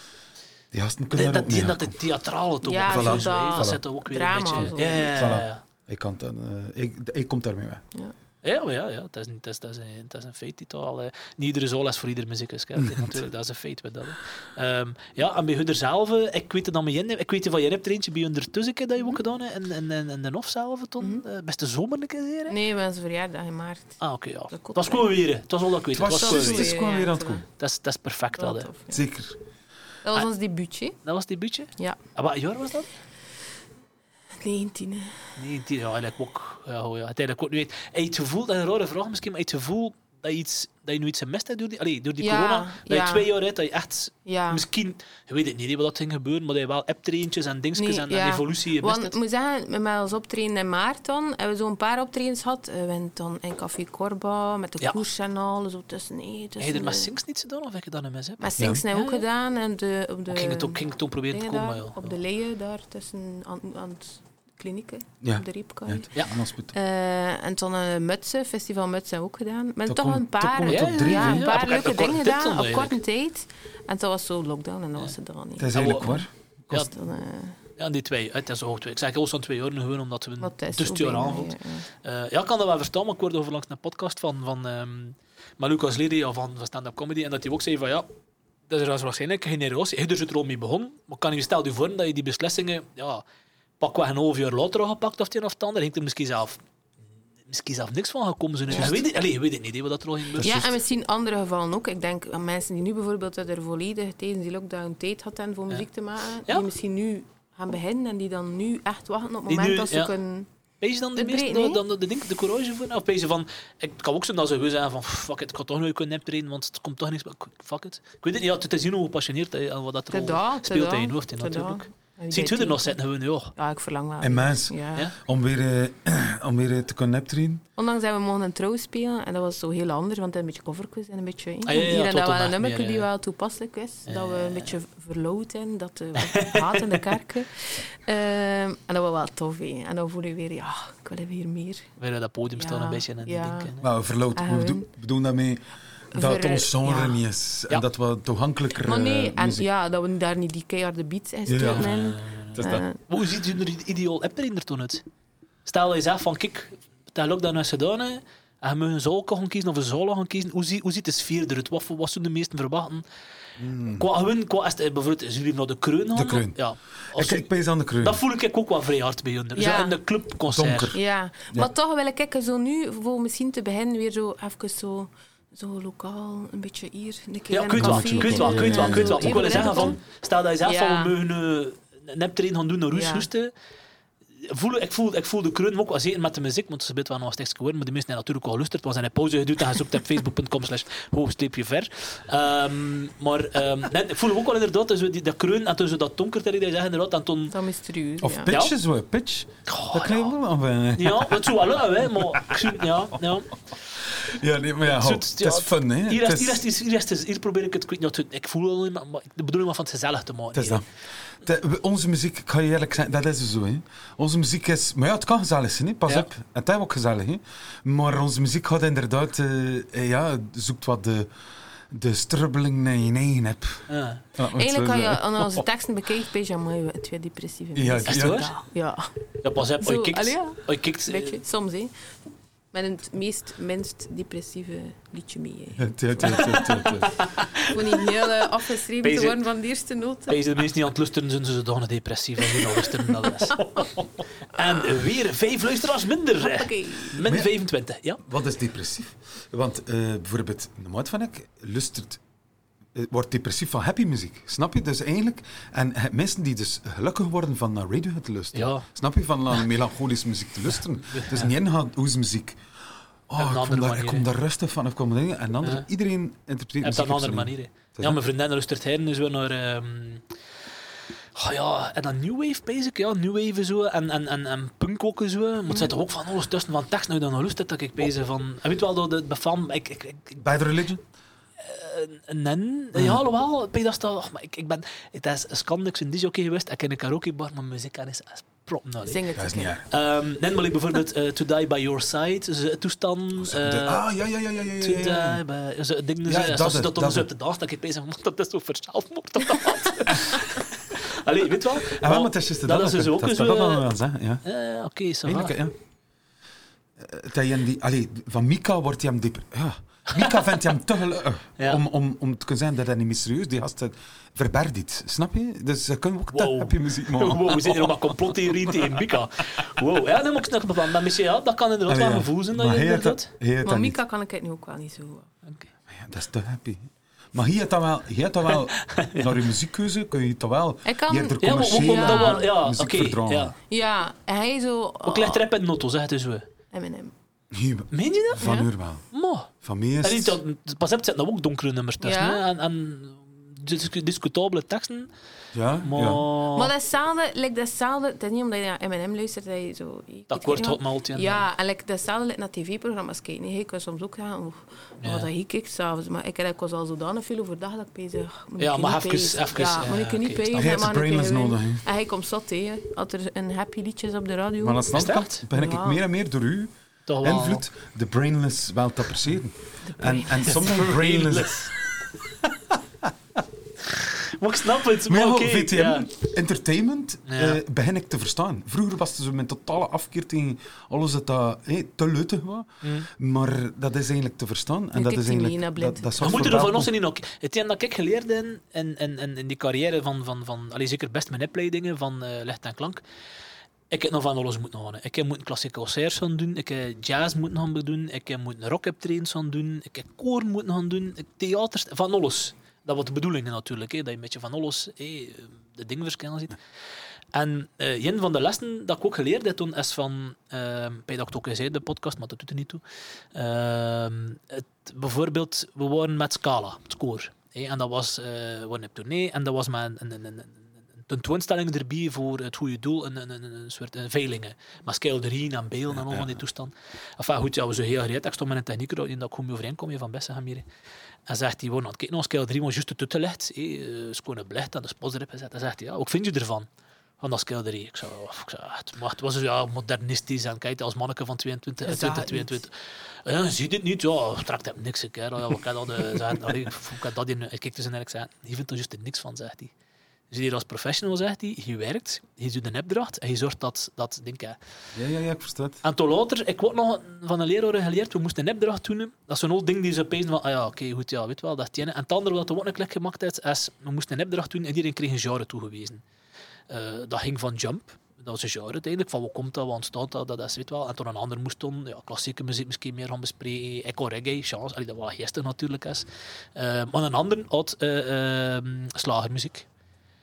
Die gasten kunnen Dat, daar dat, ook die, mee dat het theatrale toch Ja, ook zo zo, hè. dat- Dat zit toch ook weer drama een beetje... zo. Ja, ja, ja, ja. Voilà. Ik, kan dan, uh, ik, ik kom daarmee weg. Ja. Ja, maar ja, ja. Het, is, een- het, is, het, is een, het is een feit die toch al... eh, niet iedere zool is voor ieder muzikus. Hè. Natuurlijk, dat is een feit. Met dat, hè. Um, ja, en bij hun zelf, eh, ik weet het dan met je, ik weet het van je hebt er eentje bij hun ertussen dat je ook gedaan hebt, en, en, en, en de Hof zelf toen. Mhm. Uh, best de zomer een keer zeer, hè? Nee, we zijn verjaardag in maart. Ah, oké, ja. Dat Het komt was wel. gewoon weer. Het was al dat ik weet. Het Het was was juist, gewoon het weer. is gewoon weer aan het ja, komen. Dat is, dat is perfect, Wel dat, hè. tof, ja. Zeker. Dat was Ah. ons debuutje. Dat was het debuutje? Ja, En wat jaar was dat? negentien. hè. Nee, die, ja, eigenlijk ook. Ja, oh, ja, uiteindelijk ook niet weet. Heb je het gevoel, dat is een rare vraag misschien, maar heb je het gevoel dat je, iets, dat je nu iets gemist hebt door die, allee, door die Ja, corona? Dat ja. je twee jaar uit, dat je echt... Ja. Misschien, je weet het niet, hè, wat dat ging gebeuren, maar dat je wel app-traintjes en dingetjes Nee, en, ja. en evolutie gemist Want hebt. ik moet zeggen, met ons optreden in maart dan, hebben we zo'n paar optredens gehad. Eh, We hebben dan in Café Corba, met de Ja. koers en al, zo tussen... Nee, Heb tussen je er met de- Sings niets gedaan, of heb je dat niet mis? Hè? Met Sings Ja. hebben we ook Ja, ja. gedaan. En de, op de, Ik ging het ook, ging het ook proberen te dingen komen, daar, ja. op de leien daar tussen aan, aan het klinieken, Ja. op de Riepkaai. Ja, het- Ja. een hospital. Eh, en toen een Mutsen, Festival Mutsen ook gedaan. Maar Dat toch komt- een dat paar, komt ja, op drie, ja, hè? een Ja, paar op een leuke korte dingen tijd gedaan dan op korte tijd. En toen was zo lockdown en dan was het er al niet. Het is En eigenlijk wat- waar. Ja, Kost- Dan, eh, ja, die twee. Het is ook twee. Ik zeg ons aan twee jaar gewoon omdat we wat een is tussen zo jaar bijna, aanvoelt. ja, ja. Uh, ja, ik kan dat wel verstaan, maar ik hoorde over langs een podcast van, van um, Lucas Lely ja, van, van stand-up comedy en dat hij ook zei van ja, dat is waarschijnlijk een generatie. Hij is er al mee begonnen, maar kan je stel je voor dat je die beslissingen ja, pakweg een half jaar later al gepakt of het een of het ander, hangt er misschien zelf misschien zelf niks van gekomen zijn. Je weet het, allez, je weet het niet, hè, wat dat er al ging gebeuren. Ja, en misschien andere gevallen ook. Ik denk aan mensen die nu bijvoorbeeld er volledig tijdens die lockdown tijd hadden voor muziek te maken, Ja. die misschien nu gaan beginnen en die dan nu echt wachten op het Die moment nu- dat ze ja. kunnen... Wees je dan de Het meeste, breed, nee? dan de, de, de, de courage voor? Of wees je van, ik kan ook zo dat ze gewoon zeggen van, fuck it, ik ga toch nooit kunnen optreden, want het komt toch niks, maar fuck it. Ik weet het niet, ja, het is zien hoe gepassioneerd hij aan wat dat er Te al da, te speelt da, in je hoofd, hè, te natuurlijk. da. En Ziet die u er nog tijd- zitten, gewoon, ja. Ja, ik verlang wel. En mensen, Ja. Ja? om weer, eh, om weer eh, te kunnen optreden. Ondanks dat we mochten een trouw spelen, en dat was zo heel anders, want het is een beetje coverquiz en een beetje... hè. Ah, ja, ja, Hier en tot dat wel op een nummer meer, die ja. wel toepasselijk is, Ja, dat we ja, een ja. beetje verloot zijn, dat uh, haat in de kerken. Ehm, en dat was wel tof, hè. En dan voel je weer, ja, ik wil weer meer. Weer op dat podium staan Ja, een beetje en die ja. denken. hè. Maar verloot, Ah, we bedo- hun. bedoelen daarmee dat het Ver- ons genre ja. niet is. En Ja. dat we toegankelijker Maar nee, eh, en muziek... ja, dat we daar niet die keiharde beats in Ja. stoten. Ja, en, ja, ja, ja. Het is dat. eh, Maar hoe ziet u er ideaal optreden er toen uit? Stel dat je zegt van, kijk, dat lockdown is gedaan, hè, en je mag een zaal gaan kiezen of een zaal gaan kiezen. Hoe, zie, hoe ziet de sfeer eruit? Wat, voor- wat zullen de meesten verwachten? Qua gewoon, qua, is het, bijvoorbeeld, is jullie naar de Kreun gaan? De Kreun. Ja. Als- Ik, ik pees aan de kreun. dat voel ik ook wel vrij hard bij hun. Ja. Zo in de clubconcert. Donker. Ja, maar toch wil ik kijken zo nu, voor misschien te beginnen, weer zo even zo, zo lokaal, een beetje hier. Een keer Ja, in ik een weet wel, café. ik weet wel, ik weet wel, ik weet wel. Zo Ik wil even zeggen van, in. stel dat je zegt Ja. van, we mogen eh, nep erin gaan doen naar Roes Ja. Hoesten. Voel, ik, voel, ik voel de kreun ook, zeker met de muziek, want ze weet wel nog een stukje geworden, maar de mensen hebben natuurlijk al geluisterd. Het was in een pauze geduwd en gezocht op facebook punt com slash hoogstreepje ver. Um, maar um, nee, ik voel ook wel inderdaad dus die, dat kreun en tussen dat donker, dat je zegt inderdaad. En toen, Dat mysterieus, Of ja. pitch Ja. is wel, pitch. oh, Dat krijg je ja. wel wel bij. Ja, het zou wel lukken, hè, maar ik zie- ja, ja. Ja, nee, maar ja, Zo, ho, het- het ja, is fun, hè. Hier, Het is, hier, is- is, hier, is, hier, is, hier probeer ik het, ik weet niet, ik voel wel, maar, maar de bedoeling was van het gezellig te maken. Het is hier. dat. De- we- onze muziek, ik ga je eerlijk zijn, dat is zo. Hè. Onze muziek is... Maar ja, het kan gezellig zijn, hè. Pas Ja. op. Het is ook gezellig. Hè. Maar onze muziek gaat inderdaad... eh, eh, ja, zoekt wat de, de strubbeling naar je eigen hebt. Ja. Ja, want Eigenlijk zo- kan je aan onze teksten bekijken, bij Jamai, het weer depressieve Ja, mensen. Is het ja. waar? Ja, ja. Ja, pas op, als Zo, je kijkt, allee, ja. als je kijkt, Weet je, soms, hè. Met het meest, minst depressieve liedje mee. Hè. Ja, ja, ja, ja, ja, ja. Gewoon niet heel uh, afgeschreven Bezig. te worden van de eerste noot. Als je de mensen niet aan het luisteren zijn, ze zodanig depressief en niet aan het luisteren. Dat is. En weer vijf luisteraars minder. Oké. Min vijfentwintig, ja. Wat is depressief? Want eh, bijvoorbeeld, de maat van ik luistert, eh, wordt depressief van happy muziek. Snap je? Dus eigenlijk, en eh, mensen die dus gelukkig worden van naar radio te luisteren. Ja. Snap je? Van naar melancholische muziek te luisteren. Dus niet ingaan hoesmuziek. Op Oh, een ik, andere kom daar, ik manier, kom hè. daar rustig van. Of kom dingen. En andere, Ja. iedereen interpreteert Op muziek een andere zijn manier. eigen. hè. Ja, mijn vriendin luistert her nu zo naar... ehm oh ja, en dan New Wave, basic, ja, New Wave zo, en, en, en, en punk ook zo. Maar het zit toch ook van alles tussen van tekst, nou dan nog luistert dat ik bezig van... En weet wel, dat de befam... Ik, ik, ik, ik, Bad Religion? nen, ja, alhoewel, bij dat staat... Maar ik, ik ben... Het is een schande, ik ben D J geweest, ik ken een karaokebar, maar muziek is, is prop nou. Zing het Dat is een niet keer. erg. Um, nee, maar ik bijvoorbeeld uh, To Die By Your Side, dus, uh, toestand... De- Uh, ah, ja, ja, ja, ja, ja, To ja, ja. Die By... Zo, dingen, Ja, zo, dat als is- ze dat dan dat zo is- op de dag, dat ik bezig van, dat is zo voor zelfmoord op de hand. Allee, weet je wel? Ah, wel, maar het is juist dat dat. is dus dat ook dat zo... dat eh, wel zeggen, ja. eh, Oké, okay, ça va. Eigenlijk, ja. Eh, dat je die, allee, van Mika wordt hij hem dieper. Ja. Mika vindt hem te gelukkig Ja. om, om, om te kunnen zeggen dat hij niet mysterieus die gast verbergt iets. Snap je? Dus dan kunnen we ook Wow. dat happy muziek maken. Wow, we zijn hier ook maar complottheorieën tegen Mika. Wow, ja, dan moet ik snel van. Maar misschien, ja, dat kan inderdaad Allee, wel ja. een gevoel zijn dat Maar je hij heeft inderdaad... dat- hij heeft Maar dat niet. Mika kan ik het nu ook wel niet zo. Oké. Ja, dat is te happy. Maar hier dan wel, hier dan wel naar je muziekkeuze kun je toch wel Ik kan- eerder Ja, maar ook commerciële omdat wel... Ja, muziek oké, verdragen. ja. Ja, en hij zo... Ook ligt rap in de notto, zeg het eens zo. Eminem. Hier, Meen je dat? van Ja. uur wel. Maar... Van mij is En niet dat, pas op, het zitten nou ook donkere nummers tussen. Ja. hè, En, en dis- discutabele teksten. Ja, Maar... ja. Maar dat is hetzelfde, like, dat is hetzelfde, het is niet omdat je naar Eminem luistert dat je zo... ik Dat weet wordt niet hot wat- maltje. Ja, en like, dat is hetzelfde like, naar tv-programma's kijken. Nee, ik kan soms ook gaan, of Ja. wat dat ik kijk s'avonds. Maar ik heb ik was al zodanig veel overdag dat ik bezig... moet Ja, ik maar niet even- pezen. even, Ja, ja, moet ik je niet oké, pezen, snap je. Hij maar heeft een keer brainless gewoon- nodig, hè. En hij komt zat tegen, als er een happy liedje is op de radio. Maar aan de andere Is dat? kant begin ik Ja. meer en meer door u Toch wel. invloed de brainless wel te appreciëren. En, en brainless. soms brainless... Maar ik snap het, Maar maar ja, oké. V T M, ja. entertainment, Ja. eh, begin ik te verstaan. Vroeger was het zo mijn totale afkeer tegen alles dat dat eh, te leutig was. Mm. Maar dat is eigenlijk te verstaan. En Nu dat kijkt is hij eigenlijk... mee naar blind. Dat, dat We zorgt moeten voor er van welkom. ons niet ook. Hetgeen dat ik geleerd heb in, in, in, in die carrière van, van, van allee, zeker best mijn opleidingen van uh, licht en klank. Ik heb nog van alles moeten gaan. Ik heb moeten klassieke concerts gaan doen. Ik heb jazz moeten gaan doen. Ik heb moeten rock-optredens gaan doen. Ik heb koor moeten gaan doen. Ik- Theaters, van alles. Dat was de bedoeling natuurlijk. Hè, dat je een beetje van alles hè, de dingen verschillen ziet. En uh, een van de lessen dat ik ook geleerd heb toen is van, uh, bij dat ik het ook eens zei in de podcast, maar dat doet er niet toe. Uh, het, bijvoorbeeld, we waren met Scala, het koor. Hè, en dat was, uh, we waren op tournee en dat was met een, een, een, een, een tentoonstelling erbij voor het goede doel, een, een, een, een soort een veilingen. Maar schilderieën en beelden en al van die toestand. Enfin goed, ja, we zijn heel gereed. Ik stond met een technieker in dat ik goed mee overeenkom, je van Bessegem hier. En zegt hij, nou, kijk, nog schilderij was juist de toetelicht, uh, schone belicht en de spots erop gezet. En zegt hij, ja, wat vind je ervan? Van dat schilderij. Ik zei, oh, ik zei het, maar het was ja, modernistisch en kijk, als manneke van tweeëntwintig, Is dat twintig tweeëntwintig. Ja, je ziet het niet, ja, trekt hem niks. Ik, ja, ik heb dat, uh, zeggen, allee, ik heb dat in, ik kijk dus en ik zei, je vindt er juist niks van, zegt hij. Dus hier als professional, zegt hij, je werkt, je doet een opdracht en je zorgt dat, dat denk ik. Ja, ja, ja, ik versta het. En toen later, ik word nog van een leraar geleerd, we moesten een opdracht doen. Dat is zo'n oud ding die ze pezen van, ah ja, oké, okay, goed, ja, weet wel, dat is het ene. En het andere wat er ook een klik gemaakt heeft, is, we moesten een opdracht doen en iedereen kreeg een genre toegewezen. Uh, dat ging van Jump, dat was een genre uiteindelijk, van wat komt dat, wat ontstaat dat, dat is, weet wel. En toen een ander moest dan, ja, klassieke muziek misschien meer gaan bespreken, echo reggae, chance, allee, dat was gisteren natuurlijk is. Uh, maar een ander had uh, uh, slagermuziek. Ja.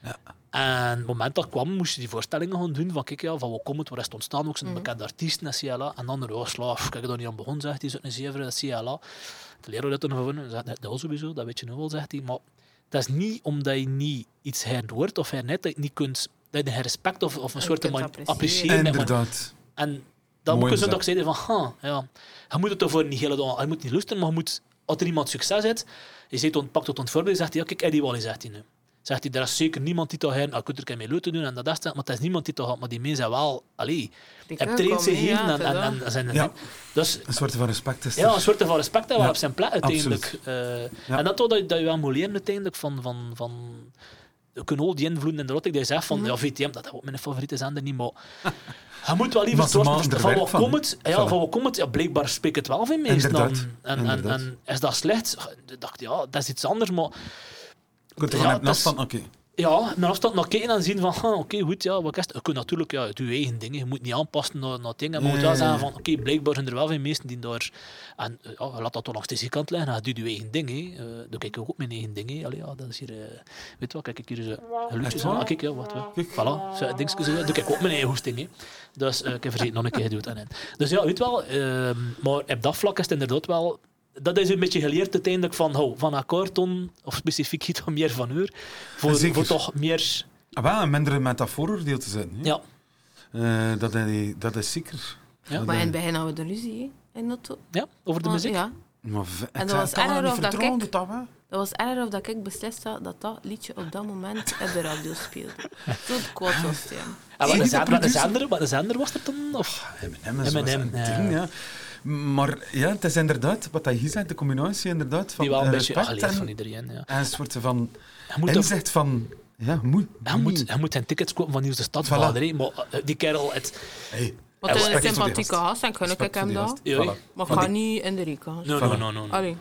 En op het moment dat kwam, moest je die voorstellingen gaan doen van kijk, ja, van wat komt het, waar is het ontstaan, ook zijn Mm. bekende artiesten en C L A. En dan, oh, slaaf, kijk, daar niet aan begon, zegt hij, zo'n zeven, dat C L A. De leraar dat toen gevonden, zegt dat sowieso, dat weet je nu wel, zegt hij. Maar dat is niet omdat je niet iets herhoort of hernet, dat je niet kunt, dat je geen respect of, of een Je soort kunt van appreciëren. appreciëren. Inderdaad. En dan Mooi moet je zo gezegd. dat ik zei van, ha, ja, je moet het ervoor niet hele dag, je moet niet luisteren, maar je moet, als er iemand succes heeft, je zegt, on, pakt het ont voorbeeld, zegt hij, ja, kijk, Eddie Wally, zegt hij nu. Zegt hij, er is zeker niemand die toch heen, ik kunt er mee leuk te doen en dat is het, maar er is niemand die toch had, maar die mensen zijn wel, allee, Die heb kunnen traint zich komen, gegeven ja, en, en, voilà. en, en zijn Ja. dus Een soort van respect is ja, er. een soort van respect dat wel Ja, op zijn plek uiteindelijk. Uh, Ja. En dat toch dat, dat je wel moet leren uiteindelijk van, van, van we kunnen al die invloeden in de rot. Ik zegt van, Mhm. ja, V T M, dat is ook mijn favoriete zender niet, maar je moet wel liever Maar ze trots maken er van werk wat van, komt hè. het. Ja, Voilà. van wat komt het. Ja, blijkbaar spreekt het wel van mensen dan. Inderdaad, En, en, inderdaad. en is dat slecht? Ik dacht, ja, dat is iets anders, maar Je kunt er Ja, van op dat is- afstand, oké. ja, met afstand naar kijken en zien van, ah, oké, goed, ja, wat is het? Je kunt natuurlijk, ja, doe je eigen dingen, je moet niet aanpassen naar, naar dingen, maar je moet wel Ja, ja, zeggen ja. van, oké, blijkbaar zijn er wel veel mensen die daar, en uh, ja, laat dat toch langs de kant liggen, je doet je eigen ding, hè. Uh, dan kijk ik ook mijn eigen ding, hè. Allee, ja, dat is hier, uh, weet je wat, kijk ik hier zo, geluidjes Echt aan, waar? ah, kijk, ja, wat, wat, Kijk. voilà, zo, dingetjes, zo, doe ik ook mijn eigen hoesting, hè. Dus uh, ik heb verzekerd nog een keer gedoe aan. Dus ja, weet je wel, uh, maar op dat vlak is het inderdaad wel, dat is een beetje geleerd uiteindelijk van, hou, van akkoordton, of specifiek iets van meer van uur, voor, Zeker. voor toch meer, Ah, wel, een mindere metafooroordeel te zetten. hè. ja. Eh, dat, is, dat is zeker. Ja. Dat Maar in is- het begin hadden we de ruzie, hè, in dat Ja, over de Want- muziek. Ja. Maar v- En ik dat zei was het al, erger niet of dat vertrouwen, ik- dat wel. Dat was erger of dat ik beslist had dat dat liedje op dat moment op de radio speelde. Zo kwaad was het, ja. En wat Zie een je de zender, wat een producer? zender, wat een zender was er dan? Of? M en M is wel M en M, een ja. ding, ja. Maar ja, het is inderdaad, wat hij hier zegt, de combinatie inderdaad van Die wel een eh, beetje respect geleerd en, van iedereen. Ja. en een soort van Je moet, ook, inzicht van, ja, moet. je, moet, je moet geen tickets kopen van Nieuws de Stad, Voilà. Vader, hè. Maar uh, die kerel, het... Hey, Want Ja, hij is respect een voor die sympathieke gast. gast en kan ik respect voor hem die dat. gast. Ja, Voilà. Maar Van ga die- niet in de Rika. No, no, no, no. no. Allee.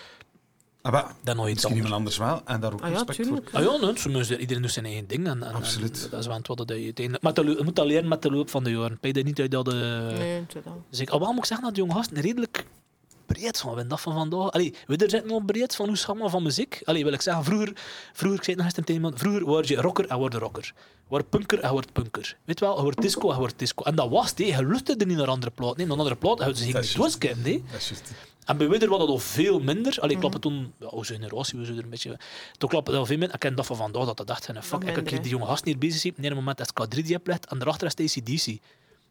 Ah, wel, Dat nog iets misschien anders. iemand anders wel, en daar ook Ah ja, respect tuurlijk. Ah ja, nee, soms, iedereen doet zijn eigen ding. En, en, Absoluut. En dat is wel wat dat je uiteindelijk... Maar je moet dat leren met de loop van de jaren. Ben je niet uit dat... De... Nee, inderdaad. Dus ik, al wel moet ik zeggen dat de jonge gasten redelijk breed van zijn. Dat van vandaag. Allee, we er zitten nog breed van hoe schama van muziek. Allee, wil ik zeggen, vroeger, vroeger ik zei het nog eens tegen iemand, vroeger word je rocker en word je rocker. Word punker en word punker. Weet wel, je wordt disco en word disco. En dat was het, hè. Je lustte er niet naar andere platen. Nee, naar andere platen houden ze zich Dat niet is juist. doorskijnen, hè. dat is juist. En bij Widder was dat al veel minder. Allee, ik klapte toen, ja, onze generatie, we zijn er een beetje... Toen klapte dat al veel minder. Ik ken dat van vandaag, dat dat dacht, fuck, ik minder, heb hè. die jonge gasten hier bezig zien. Nee, een moment is K drie die hebt legt en daarachter is de A C D C.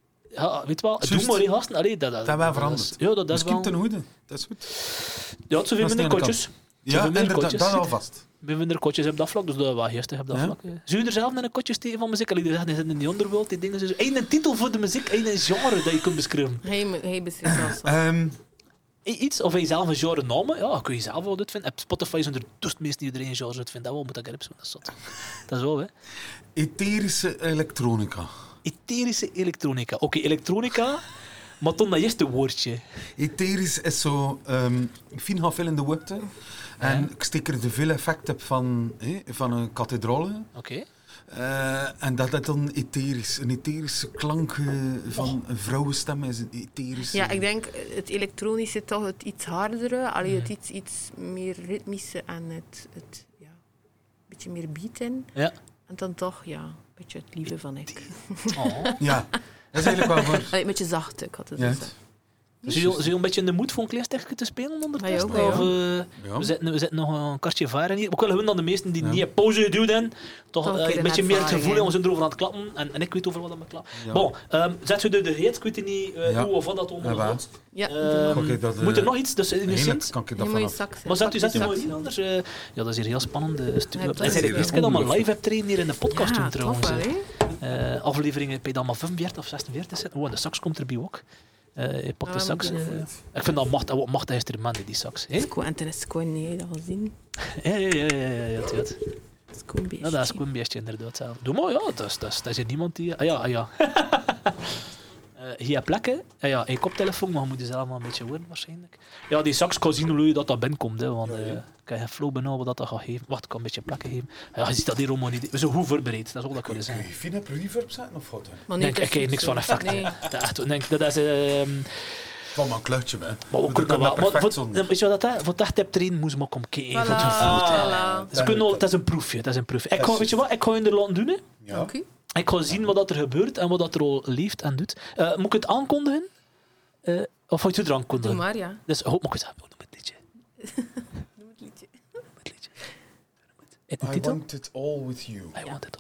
Ja, weet je wel, doe Juist. maar, hè, gasten. Allee, dat, Dat is wel veranderd. is- Ja, dat, dat is Misschien wel... ten goede, dat is goed. Ja, het zijn veel Dat is minder de ene kotjes. Ja, Zoveel minder inderdaad, kotjes. dat alvast. We minder kotjes op dat vlak, dus dat is wel geestig op dat Ja. vlak. hè. Zou je er zelf naar een kotjes tegen van muziek? Allee, die zeggen, die zitten in die onderwereld, die dingen. Eén een titel voor de muziek, één een genre dat je kunt beschrijven. Hij, hij beslist zelfs wel. Ehm, I- Iets, of heb je zelf een genre namen? Ja, kun je zelf wel dit vinden. Op Spotify zijn er duizend mensen die iedereen een genre uitvindt. Dat wel moet ik erop zoeken, dat is zot. Dat is wel, hè. etherische elektronica. Etherische elektronica. Oké, elektronica, maar dan dat eerste woordje. Etherisch is zo um, fijn gaan veel in de warmte. En Ja. ik steek er de veel effect op van, hé, van een kathedraal. Oké. Eh, en dat is dan etherisch. Een etherische klank eh, van een vrouwenstem is een etherische... Ja, ik denk het elektronische toch het iets hardere, alleen het iets, iets meer ritmische en het, het ja, een beetje meer beat in. Ja. En dan toch, ja, een beetje het lieve van ik. Oh. Ja, dat is eigenlijk wel voor... Allee, een beetje zacht, ik had het Ja. zo zeggen. Zie je, zie je een beetje in de moed voor een klein stukje te spelen ondertussen? Ja, ja, Of, ja. eh, Ja. we, zitten, we zitten nog een kastje varen hier. Ook wel gewoon dat de meesten die Ja. niet pauze doen, dan, toch Toch een eh, keer een een beetje meer het ervaring, gevoel hè. en we zijn erover aan het klappen. En, en ik weet over wat dat me klapt. Ja. Bon, um, zet je de reet, ik weet niet uh, Ja. hoe of wat dat allemaal Ja, wel. gaat. Ja, Ehm, Oké, dat, eh, moet er nog iets? Dus in de Eigenlijk zin. kan ik je dat moet je vanaf... sax. Maar zet u, zet u pak nog je iets sax. anders? eh, ja, dat is hier heel spannend. Uh, studio. Ja, En zijn de zeker. eerste keer dat we live hebben trainen hier in de podcast Ja, doen trouwens. tof wel, eh. hè? Uh, afleveringen bij dan maar vijfenveertig of zesenveertig zitten. Oh, en de sax komt erbij ook. Uh, je pakt de Ah, sax. moet Uh, ik ik vind dat macht, wat machtig instrument, die sax. Hè? Sco- En ten is Sco nee, dat was zien. Ja, ja, ja, ja, ja, ja, het weet. Sco een beetje. Ja, dat is gewoon een beetje inderdaad zelf. Doe maar, ja, dat is, dat is, dat is hier niemand die... Ah ja, ah ja. uh, hier plekken, ah ja, een koptelefoon, maar je moet je zelf wel een beetje horen waarschijnlijk. Ja, die sax kan zien hoe je dat dat binnenkomt, hè, want uh, ik heb geen flow benauwen wat dat gaat geven. Wacht, ik kan een beetje plekken geven. Ja, je ziet dat hier allemaal niet. We zijn goed voorbereid, dat is ook dat kunnen Kun zijn. je fine reverb zetten of wat? Maar Nee, nee, ik, ik heb niks van effecten. Nee. Dat, echt, denk, dat is... Uh, Van mijn kluitje, hè. Maar we kunnen dat wel. Maar voor, weet je wat dat is? Voor dat heb erin moest maar komen kijken. Voilà, Wat je voelt. voilà. Dus kunnen al, het is een proefje. Het is een proefje. Ik ga, weet je wat? Ik ga je er laten doen. Hè. Ja. Okay. Ik ga zien wat er gebeurt en wat dat er al leeft en doet. Uh, moet ik het aankondigen? Uh, of moet je het er aankondigen? Doe maar, ja. Dus hoop mag ik het zeggen. Noem het liedje. Noem het liedje. Noem het liedje. Het I titel? want it all with you. I ja. want it all.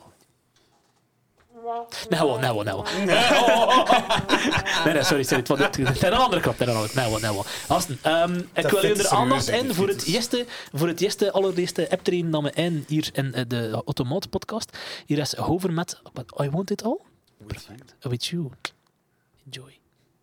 Nee, gewoon, nee, gewoon, nee, gewoon. Nee, nee, sorry, sorry. Het was het, het een andere klap. Nee, nee, gewoon, nee, gewoon. Asten, um, ik wil je er aandacht in voor het eerste, voor het eerste, allereerste app-train dat we in hier in de Automaat podcast. Hier is Hover met I want it all. Perfect. With you. Enjoy.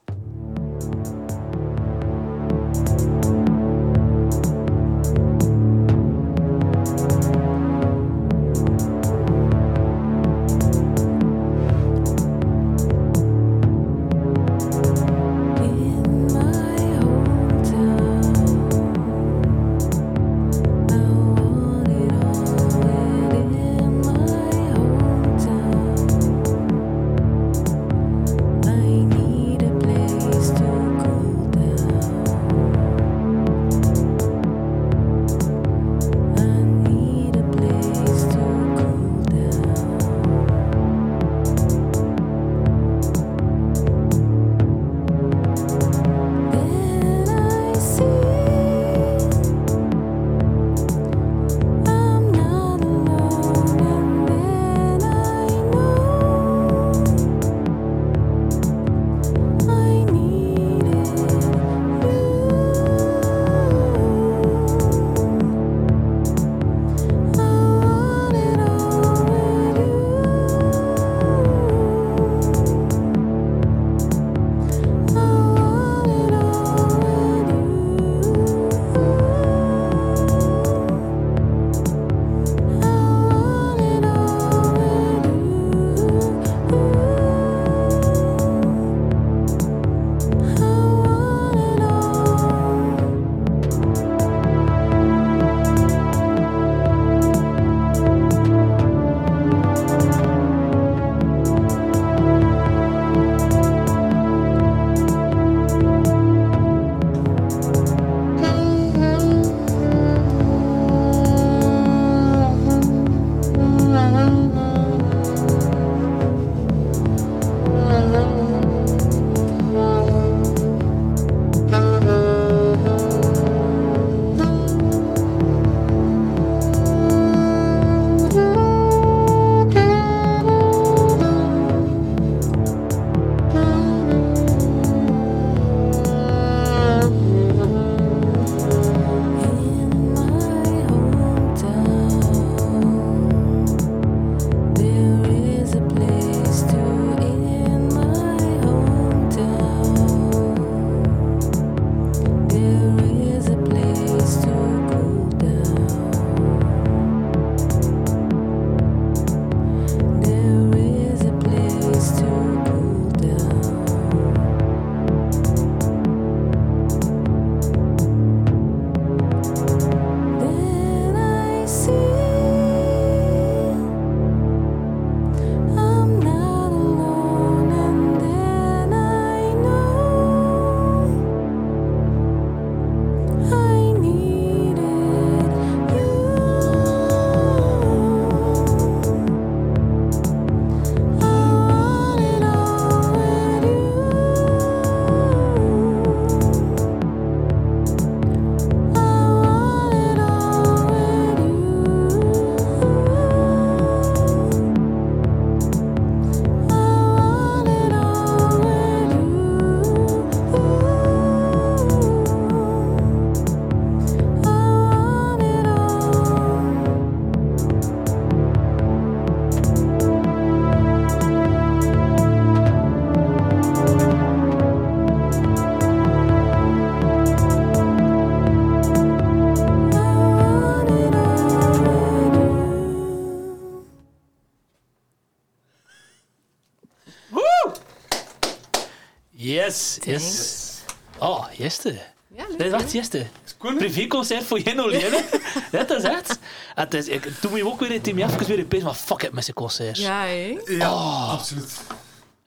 Yes, yes. Oh, jeste. Ja, leuk. Dat is echt jeste. Privéconcert voor Jen Olienne. Ja, dat is echt. Het is, ik, toen moet je ook weer in Team even weer in pees, maar fuck it met zijn concert. Ja, hé. Ja, Oh. absoluut.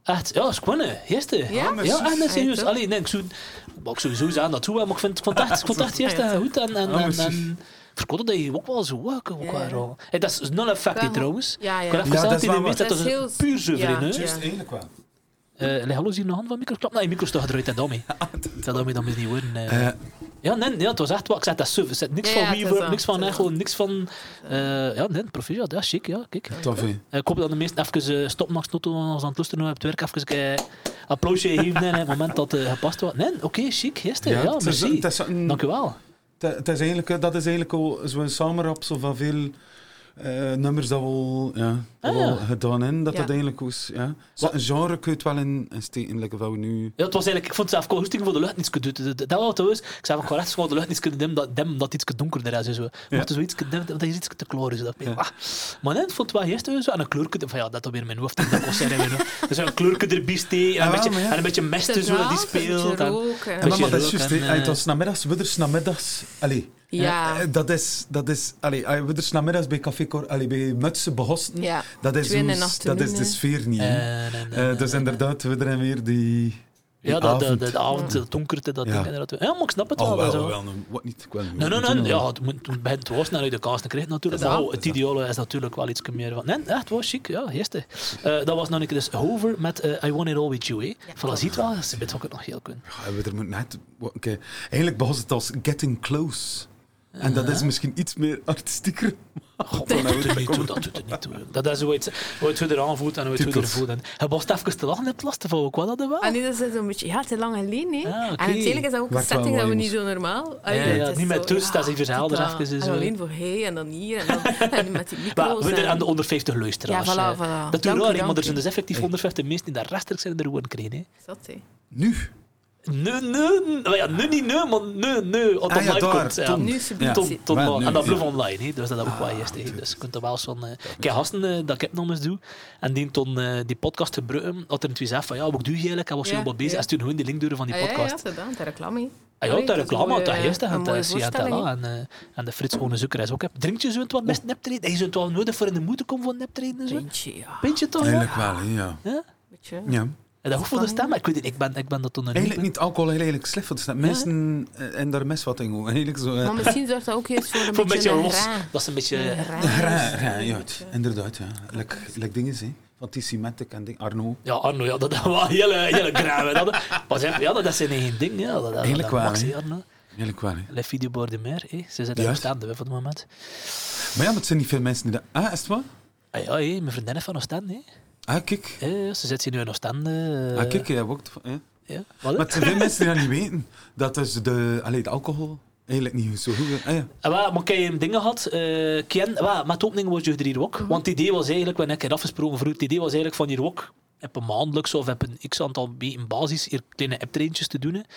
Echt, ja, is gewoon, eerste. Ja? Ja, merci. echt net serieus. Ja, toch? Allee, nee, ik zou, maar ik sowieso zeggen dat toe, maar ik vind, ik vond het echt, ik vond het echt eerst Ja. goed. En, en, Ah, en, merci. en verkouden dat je ook wel zo ook, ook Ja. wel raar. Hey, dat is nul effect Wel, trouwens. Ja, Ik kan ja. even Ja, zeggen dat is tegen de wel meesten, waar. dat is Dat is puur heel- zuiver, ja. hè. Juist, Ja. eigenlijk wel. Uh, hallo, zie je nog een van micro? Klopt, nee, je micro is toch eruit en daarmee. Dat daarmee dan niet worden. Uh. Eh, Ja, nee, ja, het was echt wat. Ik zeg, dat is suf. Er zit niks Ja, van ja, het is reverb, dat, niks van het is echo, niks van... Uh, ja, nee, proficiat. Ja, chic, ja, kijk. Tof, hè? Uh, ik hoop dat de meesten even uh, stoppen als Notto als aan het luisteren op het werk. Even een uh, applausje geven in het moment dat het uh, gepast wordt. Nee, oké, okay, chic, gisteren. Ja, ja, het is- merci. het is een- Dank u wel. Het het is eigenlijk, eh, dat is eigenlijk al zo'n samenrapsel van veel eh, nummers dat we al, ja, dat we Ah, ja. al gedaan hebben. Dat Ja. dat eigenlijk was, ja. Zo, een genre kun je het wel in, in steken, like dat we nu... Ja, het was eigenlijk, ik vond het zelf goesting voor de lucht iets kunnen doen. Dat was het dus. Ik zei van, rechts gewoon de lucht iets kunnen dimmen, dat, dim, dat iets donkerder is. En zo. Maar het is zoiets, dat is iets te kloor is. Dat ik, Ja. ah. Maar nee, ik vond het wel eerst zo. En een kleurke, van ja, dat dan weer in mijn hoofd in dat concert. En weer, dus een kleurke erbij steken en, Ja, een beetje- maar ja. en een beetje mest zo dat die speelt. En, rook. Ja, En... maar, beetje maar dat is rook juist, en, hè. eh, Het was namiddags, widders namiddags, allee. Ja. Eh, dat is, dat is, allee, als je widders namiddags bij Café Cor, allee, bij Mutsen behosten, Ja. dat is, Twee in de hoe- afternoon, dat is de hè. sfeer niet, hè. en, en, en, Eh, dus en, inderdaad, we er weer die... Ja, die dat, de, avond. de, de avond, de donkerte, dat Ja. ding. inderdaad. Ja, maar ik snap het Oh, wel. wel, zo. wel, wat niet, ik wil niet. Nee, nee, nee. Ja, het moet, het begint te was naar uit de kaas te krijgen natuurlijk. Dat is Maar dat. oh, het ideale is natuurlijk wel iets meer van... Nee, echt, was chic. Ja, eerste. Uh, dat was nog een keer dus Hover met uh, I Want It All With You. Hè. Ja. Voilà, ziet wel, ze bent ook het nog heel kunnen. Ja, we er moet net, okay. Eigenlijk begon het als Getting Close. En dat is misschien iets meer artistieker. God, dat doet het niet toe, dat doet het niet toe. Dat is hoe het, hoe het eraan voelt en hoe het er Typisch. voelt. En je was even te lachen, hebt lasten van ook, wat dat wel? En nu is het zo'n beetje, ja, te lang geleden, hè. Ah, oké. En uiteindelijk is dat ook een Werkt wel setting dat we wel, niet zo normaal... Ja, ja, het is niet met zo, tussen, dat is even zelden totaal. even zo. En alleen voor hij en dan hier en dan en met die Maar micro's. we er en- aan de onder vijftig luisteraars. Ja, voilà, eh. voilà. Dat doet Dank u, raar, hè, dank maar er u. zijn dus effectief Hey. honderdvijftig mensen die daar rechtstreeks in de roeren krijgen. Hè. Zat, hè. Nu? Nee, nee, nee, ja, nu niet, nee, maar nee, nee, als het Ah, ja, online daar, komt. Ja. toen. Nu is Ja. Tot, tot Wel, maar- nu, en dat ja. blijft online, hè, dus dat is ook wel eerst. hè. Dus je kunt er wel eens van... Uh, kijk, gasten uh, dat ik nog eens doe, en die toen uh, die podcast gebruiken, had er twee zegt van, ja, wat doe je eigenlijk? En was je Ja, wat bezig? ja. En toen gewoon die link door van die Ah, ja, podcast. ja, gedaan, de reclame. hè. Ah, ja, Allee, de dat is een reclame, dat mooie- eerste, een en mooie de Ciatella voorstelling, en, uh, en de Frits Zoeker is ook. Heb. Drink je zo het wat best neptreden? Hij zou het wel nodig voor in de moed te komen voor neptreden en zo? Pintje, ja. Pintje toch? Ja? Eigenlijk wel, hè, ja. Ja? Beetje. ja. En dat hoeft voor de stem, maar ik weet het, ik ben, ik ben dat toen nog Eigenlijk niet. niet alcohol, eigenlijk slecht voor de stem. Mensen eh, en daar misvatting over. Eigenlijk zo... eh, Maar misschien zorgt dat ook eens voor een Voor een beetje een los. gra- Dat is een beetje... een eh, gra- Raar, ja, ja, inderdaad, ja. Like, like dingen, hè. Van T-Cimatic en ding. Arno. Ja, Arno, ja, dat is wel hele, hele graven. Dat, pas even, ja, dat is zijn eigen ding. Ja, dat, dat, Eigenlijk dat wel, mag ze, hè. Arno. Eigenlijk wel, hè. Le videobord de mer, hè. Ze zitten Juist. Oostende hè, voor het moment. Maar ja, maar het zijn niet veel mensen die dat... Ah, is het wat? Ah ja, hé, mijn vriendin is van Oostende. Hè. Ah, kijk. Ja, ja, ze zit hier nu in Oostende. eh, Ah, kijk, ja, ook... Ja. Ja, wat, Maar hè? het zijn veel mensen die dat niet weten. Dat dus de, allee, de alcohol eigenlijk niet zo goed is. Ah, ja. En wat, maar ik heb dingen gehad, uh, Ken, wat, met de opening was je er hier ook. Want het idee was eigenlijk, wanneer ik heb afgesproken vroeg, het idee was eigenlijk van hier ook, op een maandelijks of op een x-aantal in basis hier kleine app-traintjes te doen. Hè.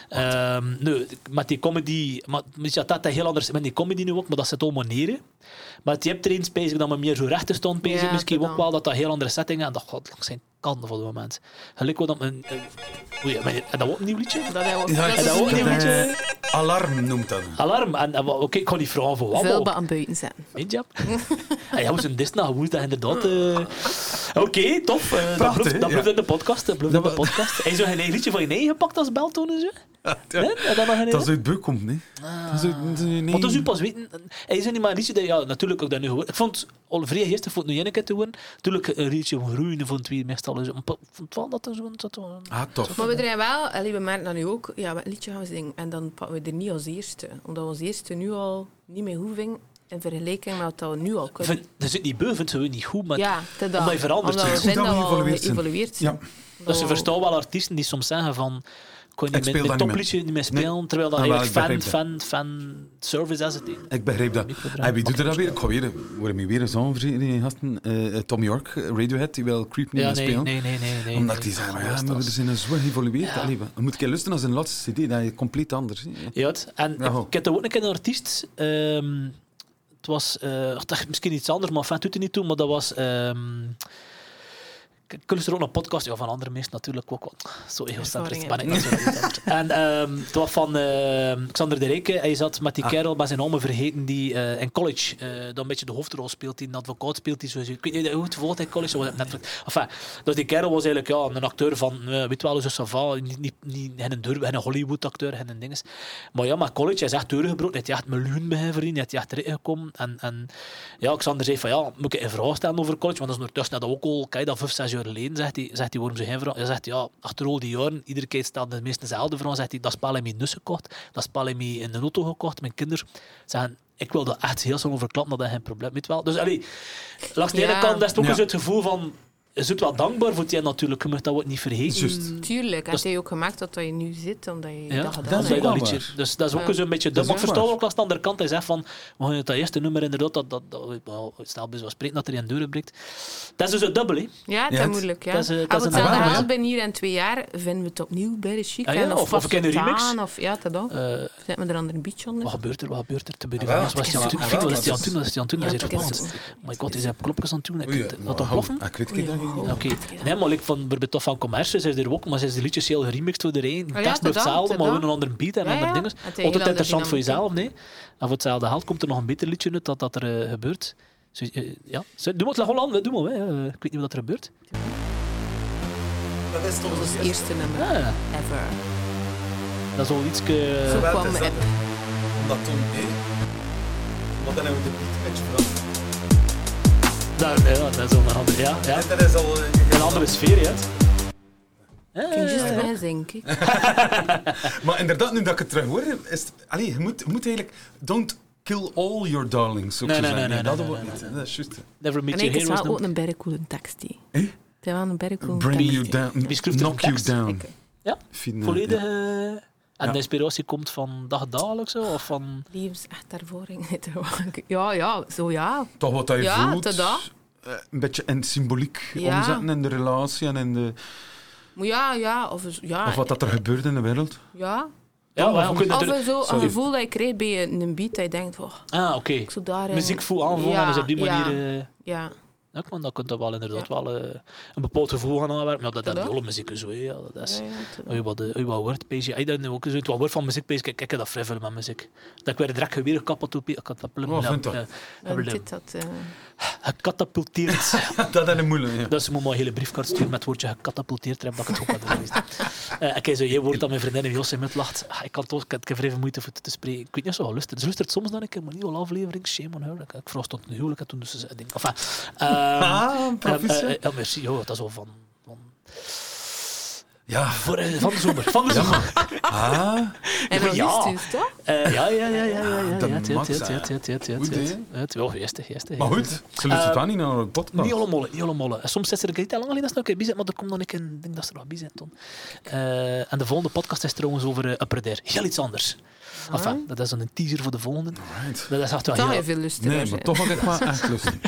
Um, nee, met die comedy, maar ja, dat is heel anders met die comedy nu ook, maar dat zit allemaal neer. Hè. Maar die app-trains bezig dat we meer zo rechter stond bezig, Ja, misschien dat ook wel dat dat heel andere settingen en dat gaat langs zijn kanten voor het moment. Gelijk wat dat een, een oei, en dat wordt een nieuw liedje? Dat hij ook- Ja, dat en dat is ook een niet dat, met beetje eh, alarm noemt dat. Alarm. En, en oké, okay, ik ga niet vragen voor wat. veel maar- aan buiten zetten. Weet je? En ja, we zijn dit nou goed, dat inderdaad. Uh... Oké, okay, tof. Uh, dat Prachtig, blijft, dat ja. blijft in de podcast. Dat blijft in Dat de wa- podcast. Heb je zo geen liedje van je eigen gepakt als beltoon en zo? Ja, Nee? Heb je dat nog geen dat is uit Beuk komt, nee. Ah. Dat is uit, dat is uit- nee. Want als u pas weten, hij is niet maar een liedje dat ja, natuurlijk ook dat nu gehoord. Ik vond al vrij eerst, vond nu één keer te horen. Natuurlijk een liedje van groeien van twee meestal. Ik vond wel dat er zo dat wel- Ah, tof. Maar we draaien wel, allee, we merken dat nu ook, ja, wat liedje gaan we zingen. En dan pakken we er niet als eerste. Omdat we als eerste nu al niet meer hoeven in vergelijking met wat we nu al kunnen. Vind, dat zit niet beu, vindt ze niet goed, maar Ja, te dat. omdat je verandert Omdat we bent. vinden Omdat we dat we al geëvolueerd zijn. geëvolueerd zijn. Ja. dus je we- verstaat wel artiesten die soms zeggen van kon je Ik niet speel met, met dat niet topliedje niet meer spelen, Nee. terwijl dat Ah, wel, eigenlijk ik fan, begrijp fan, fan service is het. Ik begrijp dat. En wie doet er dat weer? Ik ga weer, worden we weer een zo'n vergeten, die gasten. Uh, Tom York, Radiohead, die wil Creep niet Ja, meer nee, spelen. nee, nee, nee, nee. Omdat nee. die zeggen, maar Ja, ja, dat maar we is- zijn zo geëvolueerd. Ja. Allee, we moeten luisteren naar zijn laatste cd, dat is compleet anders. hè. Ja, het- en Ja, ik, ho. ik heb er ook een keer een artiest. ehm, het was uh, misschien iets anders, maar enfin, doet er niet toe. Maar dat was. ehm, ik luister ook naar podcast ja, van andere mensen natuurlijk ook. Wat, zo egocentrisch ben ik natuurlijk. En um, het was van uh, Xander de Rijke. Hij zat met die ah. kerel, maar zijn naam vergeten, die uh, in college uh, dan een beetje de hoofdrol speelt. Die een advocaat speelt. Die zo, ik weet niet hoe het volgt in college. Was Netflix. Enfin, dus die kerel was eigenlijk ja, een acteur van, uh, weet wel, zo Sava. Niet, niet, niet geen, deur, geen Hollywood-acteur, geen dinges. Maar ja, maar college is echt doorgebroken. Hij heeft echt miljoen begin verdiend. Hij heeft echt erin gekomen. En, en ja, Xander zei van ja, moet ik een vraag stellen over college? Want dat is ondertussen net ook al, kijk, dat vijf, zes jaar geleden, zegt hij, zegt hij waarom ze geen vraag? Hij zegt ja, achter al die jaren, iedere keer stelt de meeste dezelfde vraag. Zegt hij, dat spel heb ik nus gekocht, dat spel heb ik in de auto gekocht. Mijn kinderen zeggen, ik wil dat echt heel snel overklappen, dat is geen probleem, weet wel. Dus allee, langs de ja. ene kant is het ook ja. eens het gevoel van, je zit wel dankbaar voor het natuurlijk, je moet dat wordt niet vergeten. Mm, tuurlijk, en dus, hij ook gemaakt dat je nu zit, omdat je ja, dat gedaan hebt. Dat liedje. Dus dat is ook ja. zo'n beetje dom. Maar ik versta ook langs de andere kant, hij zegt van, we gaan het dat eerste nummer inderdaad, dat, dat, dat, dat stel bij zo'n spreken dat er een deur breekt. Dat is dus het dubbel, hè? Ja, het is ja, moeilijk, ja. Dat is, uh, als we hetzelfde haalt ben hier in twee jaar, vinden we het opnieuw bij de chic. Ah, ja, of, of, of een remix. Of, ja, dat ook. Uh, Zet me er aan een beach onder. Wat gebeurt er, wat gebeurt er? Te bij de wat is hij aan het doen? Wat is hij aan het doen? Wat is hij aan het doen? Oh my god, hij zijn klopjes aan het doen. Wat ontploffen? Ik weet het niet. Oké. Nee, maar like van bijvoorbeeld toch van Commerce is er ook, maar zijn de liedjes heel geremixed voor de een. De tekst blijft hetzelfde, maar we een andere beat en ja, andere ja. dingen. Altijd interessant voor jezelf, nee. En voor hetzelfde geld komt er nog een beter liedje uit dat, dat er uh, gebeurt. So, uh, ja. So, doe maar het Holland, doe maar. Uh, ik weet niet wat er gebeurt. Dat is toch ons eerste nummer ah. ever. Dat is al iets... Uh, Zo kwam me app. Omdat toen, hé? Want dan hebben we de beat een beetje veranderd. Nou, ja, dat is al een andere, ja, ja. Dat is al uh, een andere sfeer, ja. Kun je just mij zinken? Maar inderdaad, nu dat ik het terug hoor, is het, allez, je, moet, je moet eigenlijk... Don't kill all your darlings, zo nee, nee, nee, nee, nee, dat nee, wordt nee, niet. nee. Dat is juist. Never meet en your ik is heroes. wel ook een berg coole tekst, die. Eh? Het is wel een berg coole Bring tekst. you down, Wie schreef knock you down. Ja, Fine, volledig... Ja. Uh, en ja. de inspiratie komt van dag dagelijks of van... Liefs, echt daarvoor. Ja, ja, zo ja. Toch wat hij ja, voelt. Ja, een beetje in symboliek ja. omzetten in de relatie en in de... Ja, ja. Of, ja, of wat dat er gebeurt in de wereld. Ja. Ja, maar of of zo een gevoel dat je krijgt bij een beat dat je denkt... Oh, ah, oké. Okay. Muziek voel aanvoelen ja, en dus op die manier... Ja. Uh, ja. Ja, man, dat kunt dat wel inderdaad ja. wel uh, een bepaald gevoel gaan aanwerken. Maar dat is alle muziek zo, ja. Dat is... Ja, ja, je wat, uh, je wat hoort, peesje. Hij dan ook zo wat hoort van muziek, peesje. Kijk, ik heb dat vrij veel met muziek. Dat ik weer direct weer gecatapulteerd. Ik had dat plum. Oh, vind dat? Gecatapulteerd. Dat is een moeilijk, ja. Dus je moet maar een hele briefkaart sturen met het woordje gecatapulteerd. Dat ik het ook had gelezen. uh, ik heb zo je woord dat mijn vriendin Jos in lacht. Ik kan toch, ik heb vrij veel moeite voor te spreken. Ik weet niet of ze luisteren. Ze luistert soms dan een keer, maar niet al aflevering. Shame on her. Ik vroeg tot een huwelijk en toen dus ze het ding. Enfin, um, proficiat. Uh, uh, ja, merci. Oh, dat is al van... van ja. Voor, uh, van de zomer. Van de zomer. Ah. En dan ja. is het toch? Uh, ja, ja, ja, ja, ja, ja. Dat ja, mag het, zijn. het, het, het, het, Goed, het, het, wel, geestig, geestig. Maar goed, ze luistert uh, wel niet naar een podcast. Niet allemaal, niet allemaal. Soms zit er een keer lang alleen dat ze er nog bij zit, maar er komt dan een ik denk dat ze er nog bij zit. Uh, en de volgende podcast is trouwens over uh, Upper Dare. Heel iets anders. Enfin, uh-huh. Dat is een teaser voor de volgende. Right. Dat is echt wel heel... heel... veel lust Nee, maar toch mag ik maar echt lusten.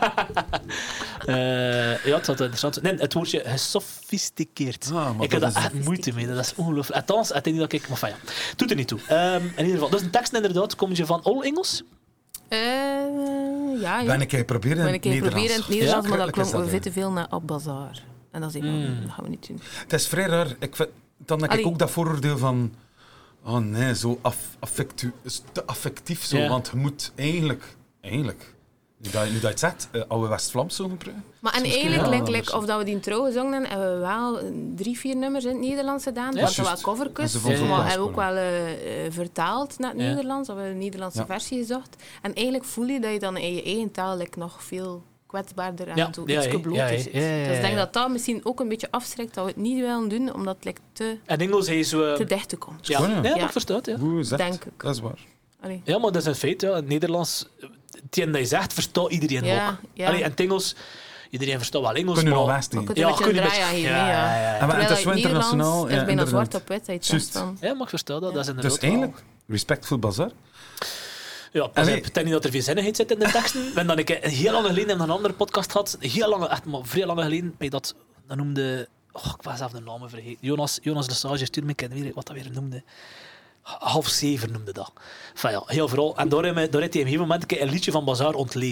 uh, ja, het was interessant. Nee, het woordje gesofisticeerd. Ah, ik heb daar echt moeite mee. Dat is ongelooflijk. Althans, het is niet dat ik... Maar van ja, doet er niet toe. Um, in ieder geval, dus een tekst inderdaad, kom je van All Engels? Uh, ja, ja. Ben ik proberen in het Nederlands. proberen in het Nederlands, ja? maar dat klonk we veel te veel naar Ab Bazaar. En dat is even, mm. dat gaan we niet doen. Het is vrij raar. Ik vind, dan heb Allee. ik ook dat vooroordeel van... Oh nee, zo af, affectu, te affectief zo. Ja. Want je moet eigenlijk... Eigenlijk... Nu dat, nu dat je het zegt, uh, oude West-Vlaams zo gebruiken. Maar en eigenlijk, ja, like, like, of dat we die trouw gezongen hebben, we wel drie, vier nummers in het Nederlands gedaan. We hadden wel covertjes, maar we hebben ook wel uh, uh, vertaald naar het ja. Nederlands. We hebben een Nederlandse ja. versie gezocht. En eigenlijk voel je dat je dan in je eigen taal like, nog veel kwetsbaarder en ja. toe ja, iets gebloot ja, is. Ja, ja, ja, ja. Dus ik denk dat dat misschien ook een beetje afschrikt dat we het niet willen doen, omdat het like, te, en Engels is zo, uh, te dicht te komt. Ja, ja. ja, dat verstaat. Ja. Hoe zegt, denk ik. Dat is waar. Allee. Ja, maar dat is een feit. Ja. Het Nederlands, hetgeen dat je zegt, verstaat iedereen ja, ook. Ja. Allee, en het Engels, iedereen verstaat wel Engels. Kunnen maar... we West doen. Ja, kun je een beetje draaien hier mee, ja. Ja, ja, ja. En het is zo internationaal. Het is bijna zwart op wit. Ja, maar ik versta dat. Ja. Dat is inderdaad dus eigenlijk, Respectful Bazaar. Ja, pas op. Het is niet dat er veel zinnigheid zit in de teksten. Ben dan ik heel lang geleden in een andere podcast had, heel lang, echt maar vrij lang geleden, bij dat, dat noemde, oh, ik was zelf de naam vergeten. Jonas, Jonas Lesage stuurde me, ik weet wat dat weer noemde. Half zeven noemde dat. Enfin ja, heel vooral. En daar heeft hij op een gegeven moment een liedje van Bazaar ontleed.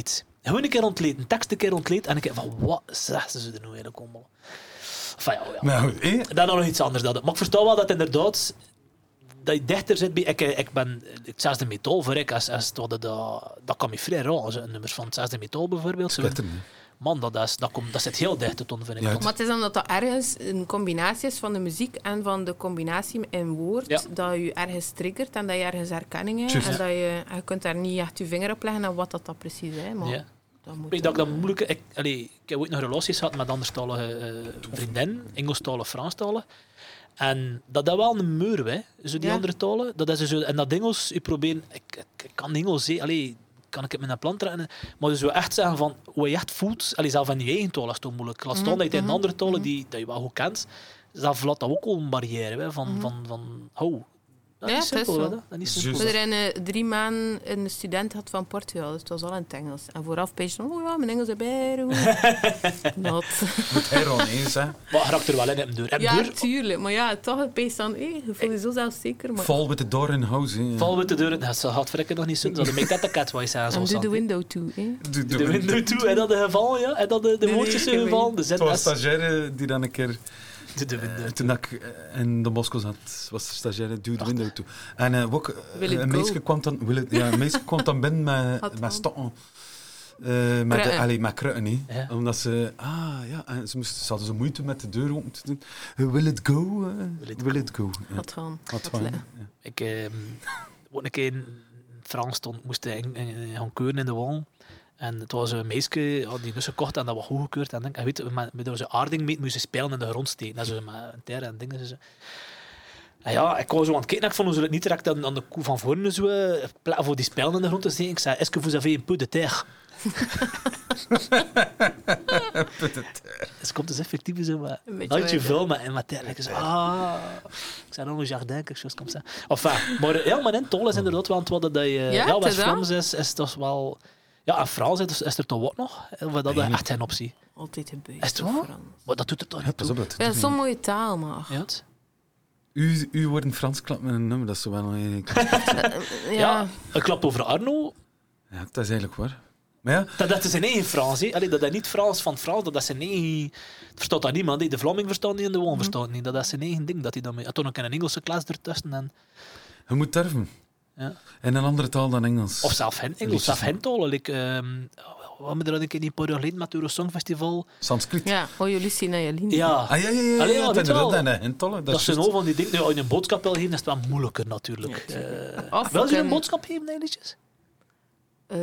Gewoon een keer ontleed, een tekst een keer ontleed en ik van, wat zeggen ze er nou eigenlijk allemaal? Enfin, ja, ja. Maar goed, eh? Dat is nog iets anders. Dat. Maar ik versta wel dat inderdaad... Dat je dichter zit bij... Ik, ik ben... Het zesde metaal voor ik. Als, als, dat, dat, dat kan me vrij raar. Als een nummers van het zesde metaal bijvoorbeeld. Zo. Man, dat, is, dat, komt, dat zit heel dicht tot vind ik. Ja, het... Maar het is omdat dat ergens een combinatie is van de muziek en van de combinatie in woord. Ja. Dat je ergens triggert en dat je ergens herkenning hebt. Just. En dat je, je kunt daar niet echt je vinger op leggen aan wat dat, dat precies is. Maar ja. dat moet ik dacht dat moeilijk... Ik, allee, ik heb ooit nog relaties gehad met anderstalige uh, vriendinnen. Engelstalig, Franstalig. En dat is wel een meur, hè, zo die ja. andere talen. Dat is zo, en dat Engels, je probeert... Ik, ik, ik kan Engels zeggen, allee, kan ik het met een plan trekken. Maar je zou echt zeggen van, hoe je echt voelt, allee, zelf in je eigen taal is het toch moeilijk. Laat staan mm-hmm. dat je het in andere talen die, die je wel goed kent, zelf laat dat ook al een barrière. Hè, van, mm-hmm. van, van, oh, dat is ja, niet simpel. Dat is simpel. We hebben er een, drie maanden een student had van Portugal, dus het was al in het Engels. En vooraf pees je van, oh ja, mijn Engels is bij. Not. Moet hij er eens, hè? Maar raakt er wel in, heb deur. Ja, tuurlijk. Maar ja, toch pees dan, hey, je voelt je zo zelfzeker. Maar... Fall with the door in house, hè? Fall with the door in house. Dat gaat verrekken nog niet zo. Dat make that the cat voice aan. En doe de window toe, hè? Doe de window toe. En dat de geval, ja? En dat de, de woordjes zijn gevallen. Het was stagiaire die dan een keer... De uh, toen ik in de Moskou zat, was de stagiaire doe de window toe. En uh, ook, uh, een meisje kwam dan, wil het, ja, een meisje kwam dan binnen met, met stokken. Uh, met, de, allee, met kruiden, hè. Ja. Omdat ze... Ah, ja, en ze, moest, ze hadden zo moeite met de deur open te doen. Uh, will it go? Uh, will it will go? It go. Ja. Wat gaan. Wat gaan, ja. Ik uh, een keer in Frans stond, moest gaan keuren in de wal. En het was een meisje die dus gekocht en dat was goedgekeurd. En denk, en weet, met, met onze aarding mee moesten spelen in de grond steken. Dat zo met een terre en dingen. Zo. En ja, ik was zo aan het kijken. Ik vond het niet direct aan, aan de koe van voren zo plaats voor die spelen in de grond te steken. Ik zei, est-ce que vous avez un peu de terre? Dus komt dus effectief zo met handje vuil met, met terre. Ik zei, ah, ik zei dan een jardin, quelque chose comme ça. Enfin, maar ja, maar in tol is inderdaad wel wat dat je... Ja, ja West-Vlaams is, is toch wel... Ja, en Frans is, is er toch wat nog? Of dat is echt geen optie? Altijd een beetje. Is het waar? Maar dat doet het toch niet toe? Ja, dat is zo'n mooie taal, maar... Ja. U, u wordt een Frans klap met een nummer, dat is zo wel een... ja. ja, een klap over Arno. Ja, dat is eigenlijk waar. Maar ja. Dat, dat is zijn eigen Frans, hè. Allee, dat is niet Frans van Frans, dat is zijn eigen... Het verstaat dat niemand, hè. De Vlaming verstaat niet en de Won verstaat niet. Dat is zijn eigen ding, dat hij dan mee... Toen ook een Engelse klas ertussen en... Je moet durven. Ja. In een andere taal dan Engels. Of zelf hen, Engels, zelf hen talen. Like, um, wat hebben we er een keer niet paar jaar geleden met het Eurosongfestival? Sanskriet. Ja, oh, jullie zien naar jullie. Ja. Ah, ja, ja, ja. Allee, ja, weet wel. Dat, dat, dat zijn al van die dingen. Nu, als je een boodschap wil geven, is het wel moeilijker natuurlijk. Ja, uh, wil je een boodschap geven, Elisjes? Uh,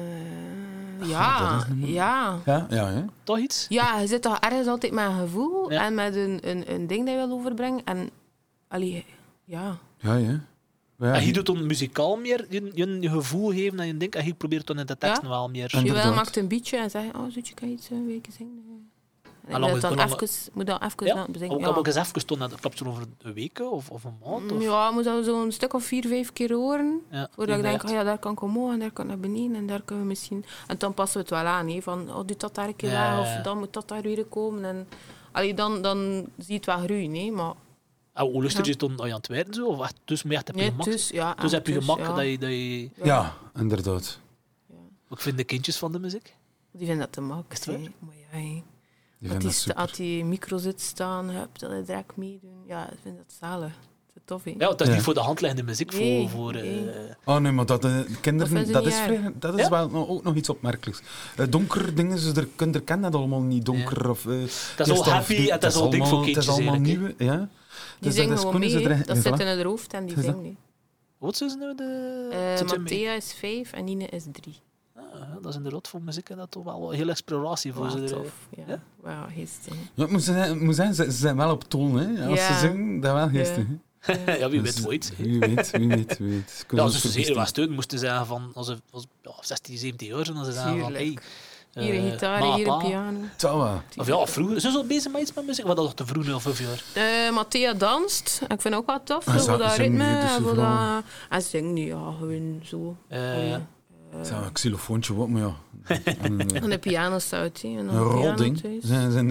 ja, ja. Ja, ja, ja. Toch iets? Ja, je zit toch ergens altijd met een gevoel ja. en met een, een, een ding dat je wil overbrengen. En, allee, ja. Ja, ja. Ja, en je doet dan muzikaal meer je, je, je gevoel geven en je denkt, en je probeert dan in de tekst ja. wel meer. Je wel maakt een beatje en zegt, oh, zoetje, kan je iets een weekje zingen? En moet dan even, moet dan even ja. laten bezingen. Ook ja. ook eens even toen, dat klopt zo over een week of, of een maand? Of? Ja, moet dat zo een stuk of vier, vijf keer horen. Ja, voordat ik denk, oh ja, daar kan ik omhoog en daar kan ik naar beneden en daar kunnen we misschien... En dan passen we het wel aan, hè, van, oh, doe dat daar een keer ja, weg, ja. of dan moet dat daar weer komen. En, allee, dan, dan zie je het wel groeien, hè, maar... Oh, hoe luister je ja. toen aan het werken zo? Of echt, dus meer heb je nee, gemak? Dus, ja, dus heb je dus, gemak ja. dat je... Dat je... Ja. ja, inderdaad. Ja. Wat vinden de kindjes van de muziek? Die vinden dat te makkelijk. Maar ja, he. Dat die st- als die micro zit staan, hup, dat hij direct meedoen. Ja, ik vind dat zalig. Dat is tof, he. Ja, dat is ja. niet voor de hand liggende muziek. Nee, voor, voor, nee. Uh... Oh nee, maar dat, uh, kinderen, dat, dat is, vrij, dat is ja? wel ook nog iets opmerkelijks. Uh, donker dingen, ze er, kinderen kennen dat allemaal niet, donker. Ja. Of, uh, dat is al happy en dat is al dik voor kindjes. Het is allemaal nieuwe, ja. Die dus zingen dat gewoon mee, er, dat zit in het hoofd en die zingen niet. Wat is nou de... Uh, Matthea is vijf en Nine is drie. Ah, dat is inderdaad voor muziek dat toch wel heel exploratie voor ze. Tof, ja. Ja? Wauw, geestig. Ja, ik moet zeggen, moet zeggen, ze zijn wel op toon, hè. Als ja. ze zingen, dat wel geestig. Ja, ja wie dus, weet ooit. Wie weet, wie weet, wie weet. Ja, als ze zeker wat steun moesten zeggen van, als ze als, ja, zestien, zeventien jaar zijn, dan ze zeggen van, hey, hier een gitaar, uh, hier een piano. Tja. Of ja, vroeger. Zijn ze al bezig met iets met muziek? Wat dat te vroeg nu of vijf jaar? Uh, Matthea danst. Ik vind het ook wel tof. Zo, voor dat ritme. Dus dat... En zingt nu, ja, gewoon zo. Uh, uh, ja, een xylofoontje, wat, maar ja. En, uh, en een piano staat, hè. Een rot ding.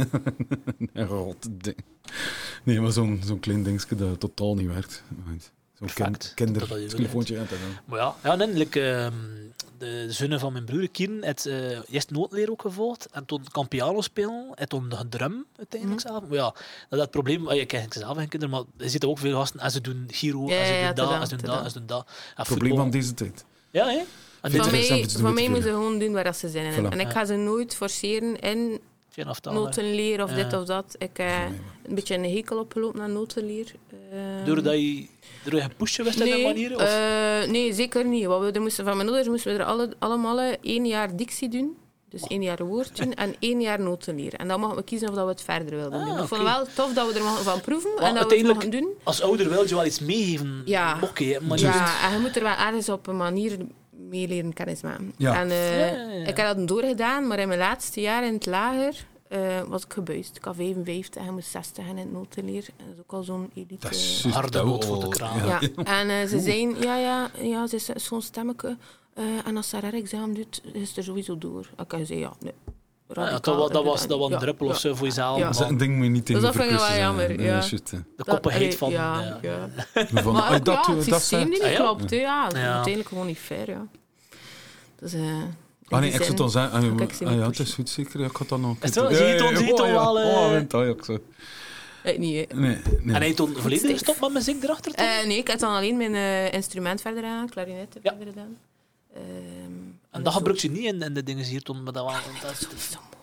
Een rot ding. Nee, maar zo'n zo'n klein dingetje dat totaal niet werkt. Zo'n kind, kindertelefoontje. Maar ja, ja nee, like, uh, de zonen van mijn broer Kieran heeft uh, eerst notenleer ook gevolgd en toen kan piano spelen en toen de drum uiteindelijk mm. zelf. Maar ja, dat is het probleem. Je krijgt zelf geen kinderen, maar je ziet ook veel gasten en ze doen Giro, ja, en ze doen ja, dat, dan, en ze doen dat, en ze doen dat. Het probleem van deze tijd. Ja, hè? Van mij, van mij moeten ze gewoon doen waar ze zin in hebben. Voilà. En ik ga ze nooit forceren in notenleer of ja. dit of dat. Ik heb uh, een beetje een hekel opgelopen naar notenleer. Uh, Doordat je door je pushen was nee, op die manier? Of? Uh, nee, zeker niet. Wat we er moesten, van mijn ouders moesten we er alle, allemaal één jaar dictie doen. Dus één jaar woord doen en één jaar notenleer. En dan mogen we kiezen of dat we het verder wilden doen. Ah, ik vond het wel tof dat we er mogen van proeven maar en dat we het mogen doen. Als ouder wil je wel iets meegeven. Ja, mokken, maar ja en je moet er wel ergens op een manier mee leren kennis maken. Ja. En, uh, ja, ja, ja. ik heb dat doorgedaan, maar in mijn laatste jaar in het lager uh, was ik gebuist. Ik had vijfenvijftig en moest zestig in het notenleer. Dat is ook al zo'n elite. Dat is uh, harde noot voor de kraan. Ja. Ja. En uh, ze zeiden, ja, ja, ja, ze is zo'n stemmetje. Uh, en als ze haar examen doet, is ze er sowieso door. Ik had gezegd, ja, nee. Ja, dat, was, dat was dat was een ja, druppel ja, of zo voor jezelf. Ja. Dat is een ding moet je niet tegen dus dat vind ik wel jammer. Ja. De koppigheid van... Ja, ja. ja. Van, maar ook, dat, ja, het dat systeem die niet ah, ja. klopt. Ja. Ja. Dat is ja. uiteindelijk gewoon niet fair. Ja. Dus, uh, ah nee, ik zou dan zeggen... Ah, ik ah, ja, het is goed zeker. Ik had dat nog... Is het zie je het zie je het wel... Oh, wint dat ook zo. Ik niet, hè. Nee, nee. En hij toen volledig gestopt met muziek erachter? Uh, nee, ik heb dan alleen mijn uh, instrument verder aan, klarinet ja. verder gedaan. Um, en, en dat gebruik je niet in, in de dingen hier toen, maar dat was... Ah, dat is niet zo mooi.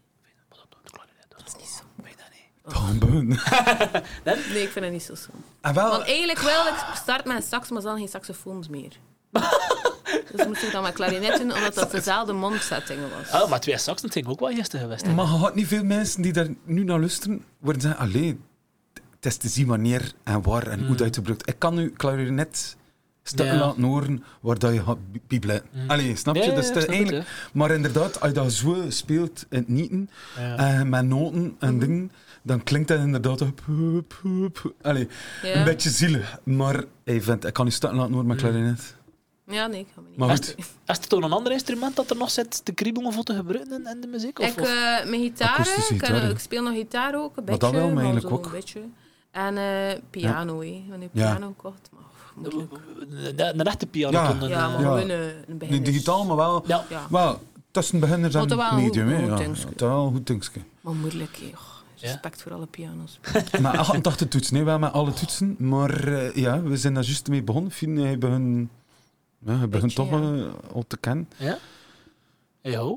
Dat is niet zo mooi. Trombone. Nee, ik vind het niet zo zo. Ah, wel. Want eigenlijk wil ik starten met een sax, maar dan geen saxofoons meer. Dus moest ik dan met klarinet doen, omdat dat dezelfde mondsetting was. Oh, maar twee saxen zijn ook wel gisteren geweest. Ja. Maar je had niet veel mensen die daar nu naar luisteren, worden zeggen, allee, het is te zien wanneer en waar en mm. hoe dat je het gebruikt. Ik kan nu klarinet stukken ja. laten horen waar dat je gaat piebelen. Mm. Allee, snap je? Ja, ja, dus ja, het is eigenlijk, het, maar inderdaad, als je dat zo speelt in het nieten, ja. uh, met noten en mm. dingen, dan klinkt dat inderdaad op, op, op, allee, ja. een beetje zielig. Maar hey, vent, ik kan je stukken laten horen met klarinet. Ja, nee, ik ga me niet. Maar goed. Is het toch een ander instrument dat er nog zit te kriebelen of te gebruiken in, in de muziek? Of, ik, uh, mijn gitaar, ik, uh, ik speel nog gitaar ook, een beetje. Maar dat wel, maar eigenlijk ook. Een beetje. En uh, piano, ja. hè. Wanneer piano ja. kocht, maar moeilijk. Een echte piano. Ja, een, ja maar gewoon ja. een beginner. Niet digitaal, maar wel, ja. Ja. wel tussen beginners en medium. Goed, ja. goed Ja, dat wel een goed dingetje. Maar moeilijk, oh, respect ja. voor alle piano's. Maar achtentachtig toetsen, nee, wel met alle toetsen. Maar uh, ja, we zijn daar juist mee begonnen. Fien, hij begint... Ja, je begint toch ja. uh, al te kennen. Ja? Ja.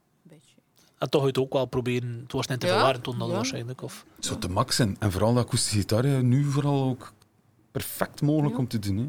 En toch het ook wel proberen het was net te ja? verwaren toen dat ja. waarschijnlijk. Of... Het zou te max zijn. En vooral de akoestische gitaar nu vooral ook perfect mogelijk ja. om te doen.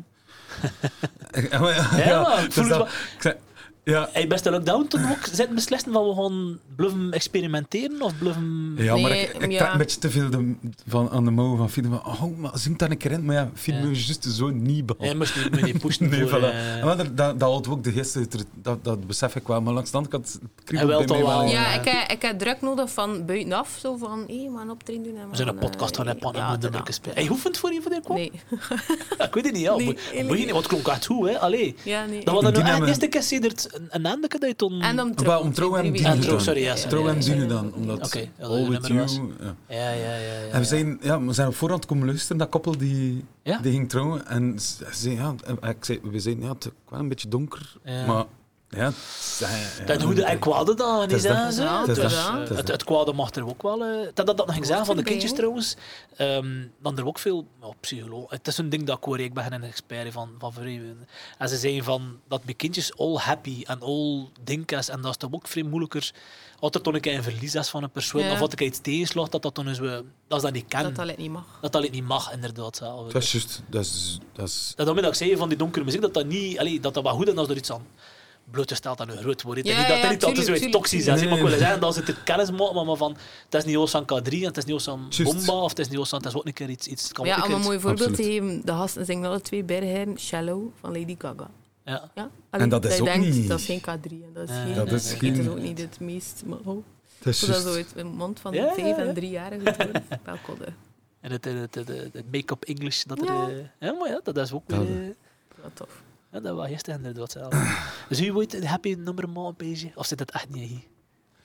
Hè. ja, ja, ja, ik voel dus het wel. Ja. Hey, beste lockdown toen ook zitten beslissen van we gaan bluffen experimenteren of bluffen... Ja, maar nee, ik, ik ja. trek een beetje te veel de, van, aan de mouwen van Fien. Oh, maar zing dat een keer in. Maar ja, Fien moet je juist zo niet behandelen. Ja, moest je niet, niet pushen nee, voor... Voilà. Uh... Maar dat, dat, dat houdt ook de geest, dat, dat besef ik wel. Maar langs de andere kant kriebelt bij mij wel. wel. Ja, ik heb, ik heb druk nodig van buitenaf. Zo van, hé, hey, maar een optreden doen. En we zijn een podcast van Neppan en moeten drukken spelen. Hey, hoe vindt het voor je voor die kwam? Nee. Ja, ik weet het niet, ja. Nee, moet, moet je niet, wat klonk echt goed, hè? Allee. Ja, nee. Dat was dan de eerste keer sedert een, een eindelijk dat je toen... En om trouw. Om trouw en dienen dan. Sorry, ja. Trouw en dienen dan. Omdat okay, ja, All With You... Ja, ja, ja. ja, ja en we zijn, ja, we zijn op voorhand komen luisteren, dat koppel die, ja? die ging trouwen. En ze zei, ja, ik zei, we zeiden, ja, het is wel een beetje donker, ja. maar... Ja, dat goede en kwade dan is dat zo. Ja, het, het, het, het kwade mag er ook wel. Uh, dat dat nog ging zeggen van de kindjes trouwens. Um, dan er ook veel oh, psycholoog. Het is een ding dat ik hoor. Ik ben een expert van van vreemden. En ze zeggen van dat bij kindjes all happy en all dinkas en dat is toch ook vrij moeilijker. Als er toch een keer een verlies is van een persoon ja. of wat ik iets tegenslaat, dat dat dan is we dat is dat niet kan. Dat dat niet mag. Dat dat niet mag inderdaad. Dat is juist. Dat is dat is. Dat dat ik zei van die donkere muziek dat dat niet, allee, dat dat wat goed is als er iets aan blootgesteld aan een groot woord. Ja, niet dat ja, niet altijd zoiets toxisch is. Nee, nee, maar ik wil zeggen dat ze het kennis maken, maar van het is niet Osan K drie en het is niet Osan Bomba of het is niet Osan, het is ook een keer iets. iets kan ja, om een mooi voorbeeld Absoluut. te geven, de gasten zingen alle twee bergen Shallow van Lady Gaga. Ja. Ja? Allee, en dat is ook denkt, niet... Dat is geen K drie en dat is ja, geen... Dat is, geen... Het is ook niet het meest... Maar, oh, dat is zo dat zo uit een mond van ja, vijf ja. en driejarigen hoor. Welkom. En het, het, het, het, het make-up English, dat er... Ja. Uh, ja, maar ja, dat is ook weer... Uh, ja, tof. Ja, dat was gisteren inderdaad zelf. Dus u ooit een happy nummer maken, beetje? Of zit dat echt niet hier?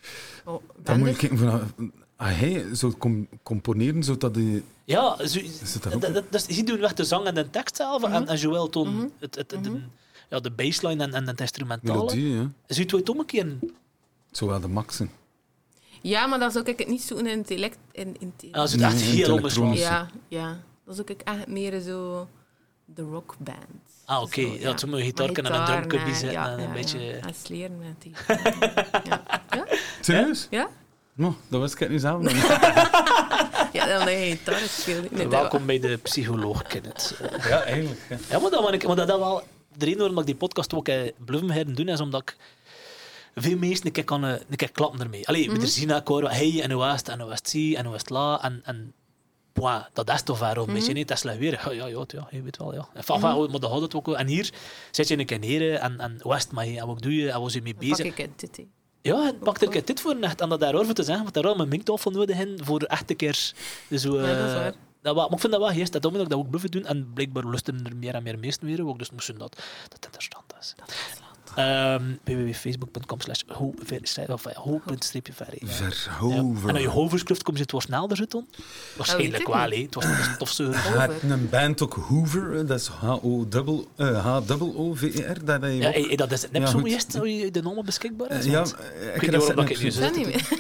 Oh, dan moet je kijken van... Ah, hij zou com- componeren, zodat hij... Ja, zo, dat, dat, dat, dus, je doet weg de zang en de tekst zelf, mm-hmm. en, en Joël toont mm-hmm. het, het, het, mm-hmm. de, ja, de baseline en, en het instrumentale. Melodie, ja. Zou je het om een keer... Zowel de maxen. Ja, maar dan zou ik het niet zo in het elect... In, in ja, dat is echt nee, heel onbeschreven. Ja, ja, dan zou ik echt meer zo... De rockband. Ah, oké. Okay. Ja, toen moet je gitaar en een drumcubie zetten ja, en een ja, beetje... Ja. En sleren met die. ja. Ja? Serieus? Ja? No, dat wist ik niet zelf nog. Ja, dan heb je gitaar gespeeld. Nee, welkom bij de psycholoog, Kenneth. Ja, eigenlijk. Ja, ja maar, dat, maar, ik, maar dat, dat wel... De reden waarom ik die podcast ook eh, blijven doen, is omdat ik veel mensen een keer kan een keer klappen ermee. Allee, mm-hmm. we zien elkaar, hey, en hoe is het, en hoe is het zie, en hoe is het la, en... en Boah, dat is toch waar, een beetje niet. Dat is slecht weer. Ja, ja, ja, ja, je weet wel, ja. Enfin, mm-hmm. maar dat houdt het ook. En hier zit je een keer neer en, en wat is het maar, en wat doe je, en wat je mee bezig? Pak ik het dit, he. Ja, het pakt er een dit voor echt. En dat daarover te zeggen, want daar hadden we een mengtafel nodig in voor echt een keer... Zo, uh, ja, dat is waar. Dat, maar ik vind dat wel geest, dat ik dat ook blijven doen. En blijkbaar lusten er meer en meer meesten weer ook, dus moesten dat dat interessant is. Dat is Um, w w w punt facebook punt com slash ho-verre. Verhover. En als je Hovers kluft, kom je het wel sneller zitten. Waarschijnlijk wel, hè. Het was een stofzuiger. Hij heeft een band ook Hoover, dat is H O O V E R. Dat ja, ook... dat is net ja, zo eerst dat je de namen beschikbaar is. Ja, ik weet niet waarom dat ik het nu zeg.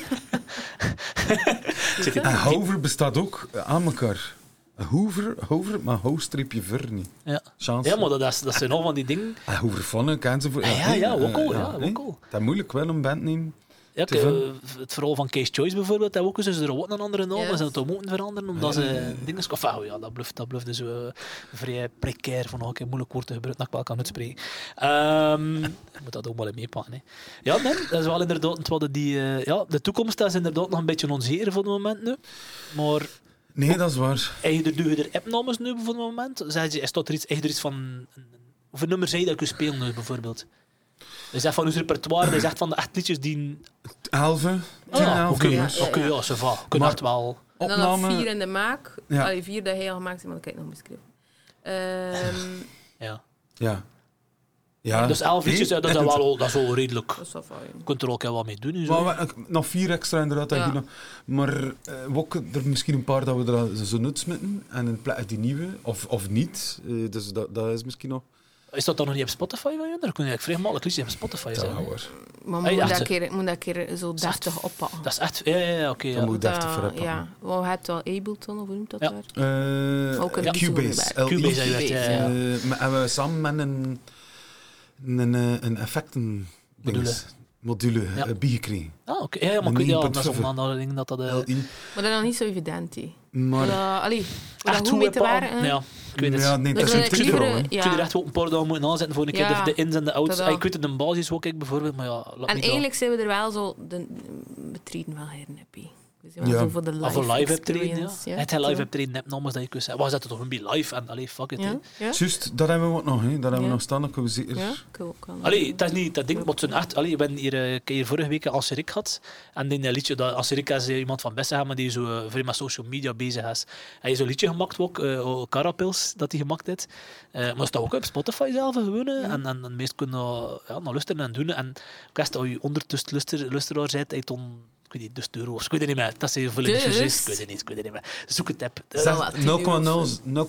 En Hoover bestaat ook aan elkaar. Hoover, Hoover, maar ho-ver niet. Ja. Ja, maar dat, is, dat zijn al van die dingen. Ah, Hoover van ken ze voor. Ah, ja, ja, ook al. Ja, ja, dat is moeilijk wel een bandname. Ja, k- uh, het verhaal van Case Choice bijvoorbeeld, dat ook eens er ook een andere naam, yes. En dat moeten veranderen omdat ja, ja, ja. ze dingen. Of oh, ja, dat blijft, dat blijft dus uh, vrij precair van ook een moeilijk woord te gebruiken dat ik wel kan uitspreken. Um, ik moet dat ook wel meepakken. Hè. Ja, nee, dat is wel inderdaad wat die. Uh, ja, de toekomst is inderdaad nog een beetje onzeker voor het moment nu, maar. Nee, dat is waar. Doe je er opnames nu voor het moment? Zeg je, is dat er iets, er iets van... Hoeveel nummers zei dat je speelt nu, bijvoorbeeld? Is dat van ons repertoire? Dat is echt van de echt liedjes die... Elven. Ah, Oké, ja, ja, okay, ja, ça va. Kunnen echt wel... En dan nog vier in de maak. Ja. Allee, vier dat hij al gemaakt heeft, maar dat kan ik nog beschrijven. Um, ja. Ja. Ja. Dus elf liedjes, nee? dat, is wel, dat is wel redelijk. Dat is wel fijn. Je kunt er ook wel mee doen. Zo. Maar we, nog vier extra inderdaad. Ja. Nog, maar uh, we ook er misschien een paar dat we er zo nutsmitten. En in plaats die nieuwe, of, of niet. Uh, dus dat, dat is misschien nog... Is dat dan nog niet op Spotify van je? Daar kun je vrij makkelijk liedjes op Spotify zijn. Ja, hoor. Maar moet hey, dat keer, moet dat keer zo deftig oppakken. Dat is echt... Ja, ja, ja, oké. Okay, ja. Dat moet deftig voor oppakken. Ja. Wat heb je al Ableton, of hoe noemt dat ja. daar? Uh, ook een ja. Cubase. Cubase, ja. ja. Uh, en we samen met een... een, een effecten module, module ja. uh, bijgekregen. Ah, oké. Okay. Ja, maar ik ja, dat is een andere ding dat dat... Uh... Maar dat is nog niet zo evident, he. Maar... Uh, allee, echt hoe te waren, ja. Ik weet het. Ja, nee, dat is een truc vooral. Ik zou er echt wel een paar dagen moeten aanzetten voor een keer ja, de, de ins en de outs. Ik weet het, de basis ook ik bijvoorbeeld, maar ja... En eigenlijk zijn we er wel zo... De, we treden wel her, happy. Dus ja. Zo voor de live, of een live optreden, ja. ja. Het live optreden net namens dat je kunt zeggen. Was dat toch een beetje live en allee, fuck it. Ja. Ja. Juist, dat hebben we ook nog, hè. Dat hebben we ja. nog staan, dat kunnen we zeker. Ja, cool, allee, dat is niet dat ding, maar het echt. Allee, we hebben hier, uh, hier vorige week Alserik gehad. En in dat liedje, dat Alserik is uh, iemand van Bessegem, maar die zo uh, veel met social media bezig is. Hij heeft zo'n liedje gemaakt ook, uh, Carapils, dat hij gemaakt heeft. Uh, maar het staat ook op Spotify zelf gewoon. Ja. En, en, en meest kunnen uh, ja, naar luisteren en doen. En ik wist dat je ondertussen luister, luisteraar bent, hij dan... Ik weet niet, dus de euro, ik weet het niet meer. Dat is veel dus. Ik weet het niet, ik weet het niet meer. Zoek het op. nul komma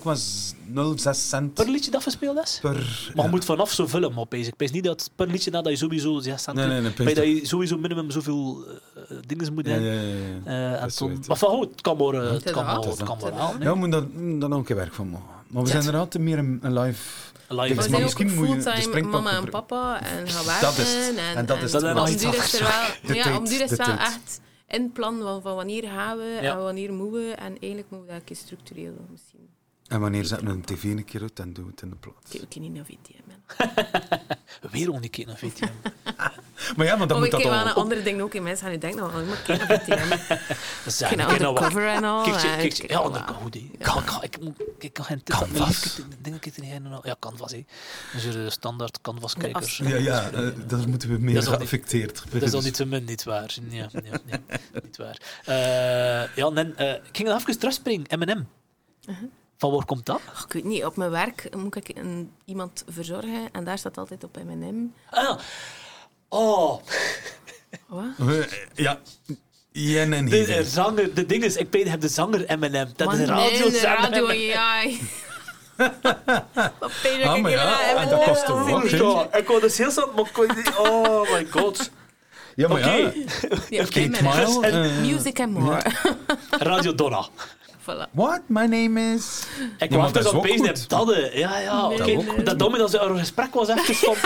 nul zes cent. Per liedje dat verspeeld is? Per, maar je ja. moet vanaf zo vullen, maar ik weet niet dat per liedje nadat je sowieso zes cent nee, nee, nee, bij dat je sowieso minimum zoveel uh, dingen moet hebben. Ja, ja, ja, ja. Uh, ton, maar van goed, het kan maar, uh, het kan maar, het kan maar aan. Ja, we moeten daar nog een keer werk van maken. Maar we zijn er altijd meer een, een live... Live. We zijn ook fulltime mama en papa en gaan werken. Dat is het. En, en dat is het. En om duur is er wel... Ja, om duur is wel echt... in plan van, van wanneer gaan we ja. en wanneer moeten we. En eigenlijk moeten we dat een keer structureel doen, misschien. En wanneer zetten we een tv een keer uit en doen we het in de plaats? Kijk, we kunnen niet naar V T M. Weer nog een keer naar V T M. Maar ja, maar dan oh, moet dat al... Ik kijk andere dingen ook in mensen gaan nu denken, nou, ik moet kijken naar V T M. Dat is een undercover en al. Ja, undercover. Ik kan geen tip Canvas. Dingen kitten ja, Canvas, hè. Dus de standaard Canvas-kijkers. Ja, ja, uh, daar moeten we meer geaffecteerd. Dat is al niet zo min, niet waar. Ja, ja, nee, niet waar. Uh, ja, nee, uh, ik ging nog even terugspringen, M en M. Uh-huh. Van waar komt dat? Oh, ik weet niet, op mijn werk moet ik een, iemand verzorgen en daar staat altijd op M en M. Ah, oh. Wat? Ja... Jen en de, de zanger, de ding is, ik weet, heb de zanger Eminem. Dat Man, is een radio. Nee, de radio, ja. Wat pijn dat ah, ik maar ja, heb. en dat kost toch wat, hè? Ja, ik wou dus heel snel, maar ik kon niet... Oh my god. Ja, maar okay. ja. Ja, Kate Mile. Uh, music and more. Ja. Radio Donna. Voilà. What? My name is... Ik ja, was dus dat op bezig dat Ja, ja. Nee, Okay. nee. Dat domme dat er een gesprek was even van...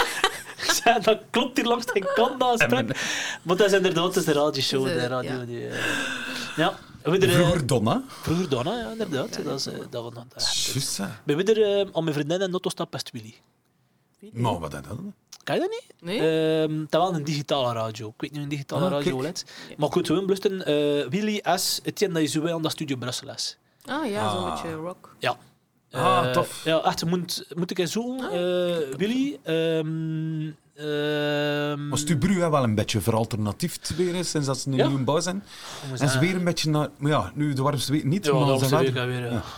dat klopt hier langs geen kant, dat gesprek. Maar dat is inderdaad dus de radioshow. De, de radio, ja. Die, uh, ja. Er, vroeger Donna. Vroeger Donna, ja, inderdaad. Ja. Dat, is, uh, dat was nog... Juist, hè. Bij wie er uh, aan mijn vriendin en Notto staat best Willy. Maar wat is dat? Kan je dat niet? Nee. Um, dat wel een digitale radio. Ik weet niet een digitale ah, radio let. Maar goed, gewoon blusten. Uh, Willy S. Etienne, dat is zo aan dat Studio Brussel is. Ah ja, ah. zo'n beetje rock. Ja. Ah, uh, tof. Ja, echt, moet, moet ik eens zoeken. Uh, Willy... Um, Um, maar Stubru heeft wel een beetje veralternatiefd weer sinds dat ze een ja? nieuwe bouw zijn. En ze weer een beetje naar... Maar ja, nu de warmste week niet. Ja, maar de warmste week wel... weer. Ja. Ja.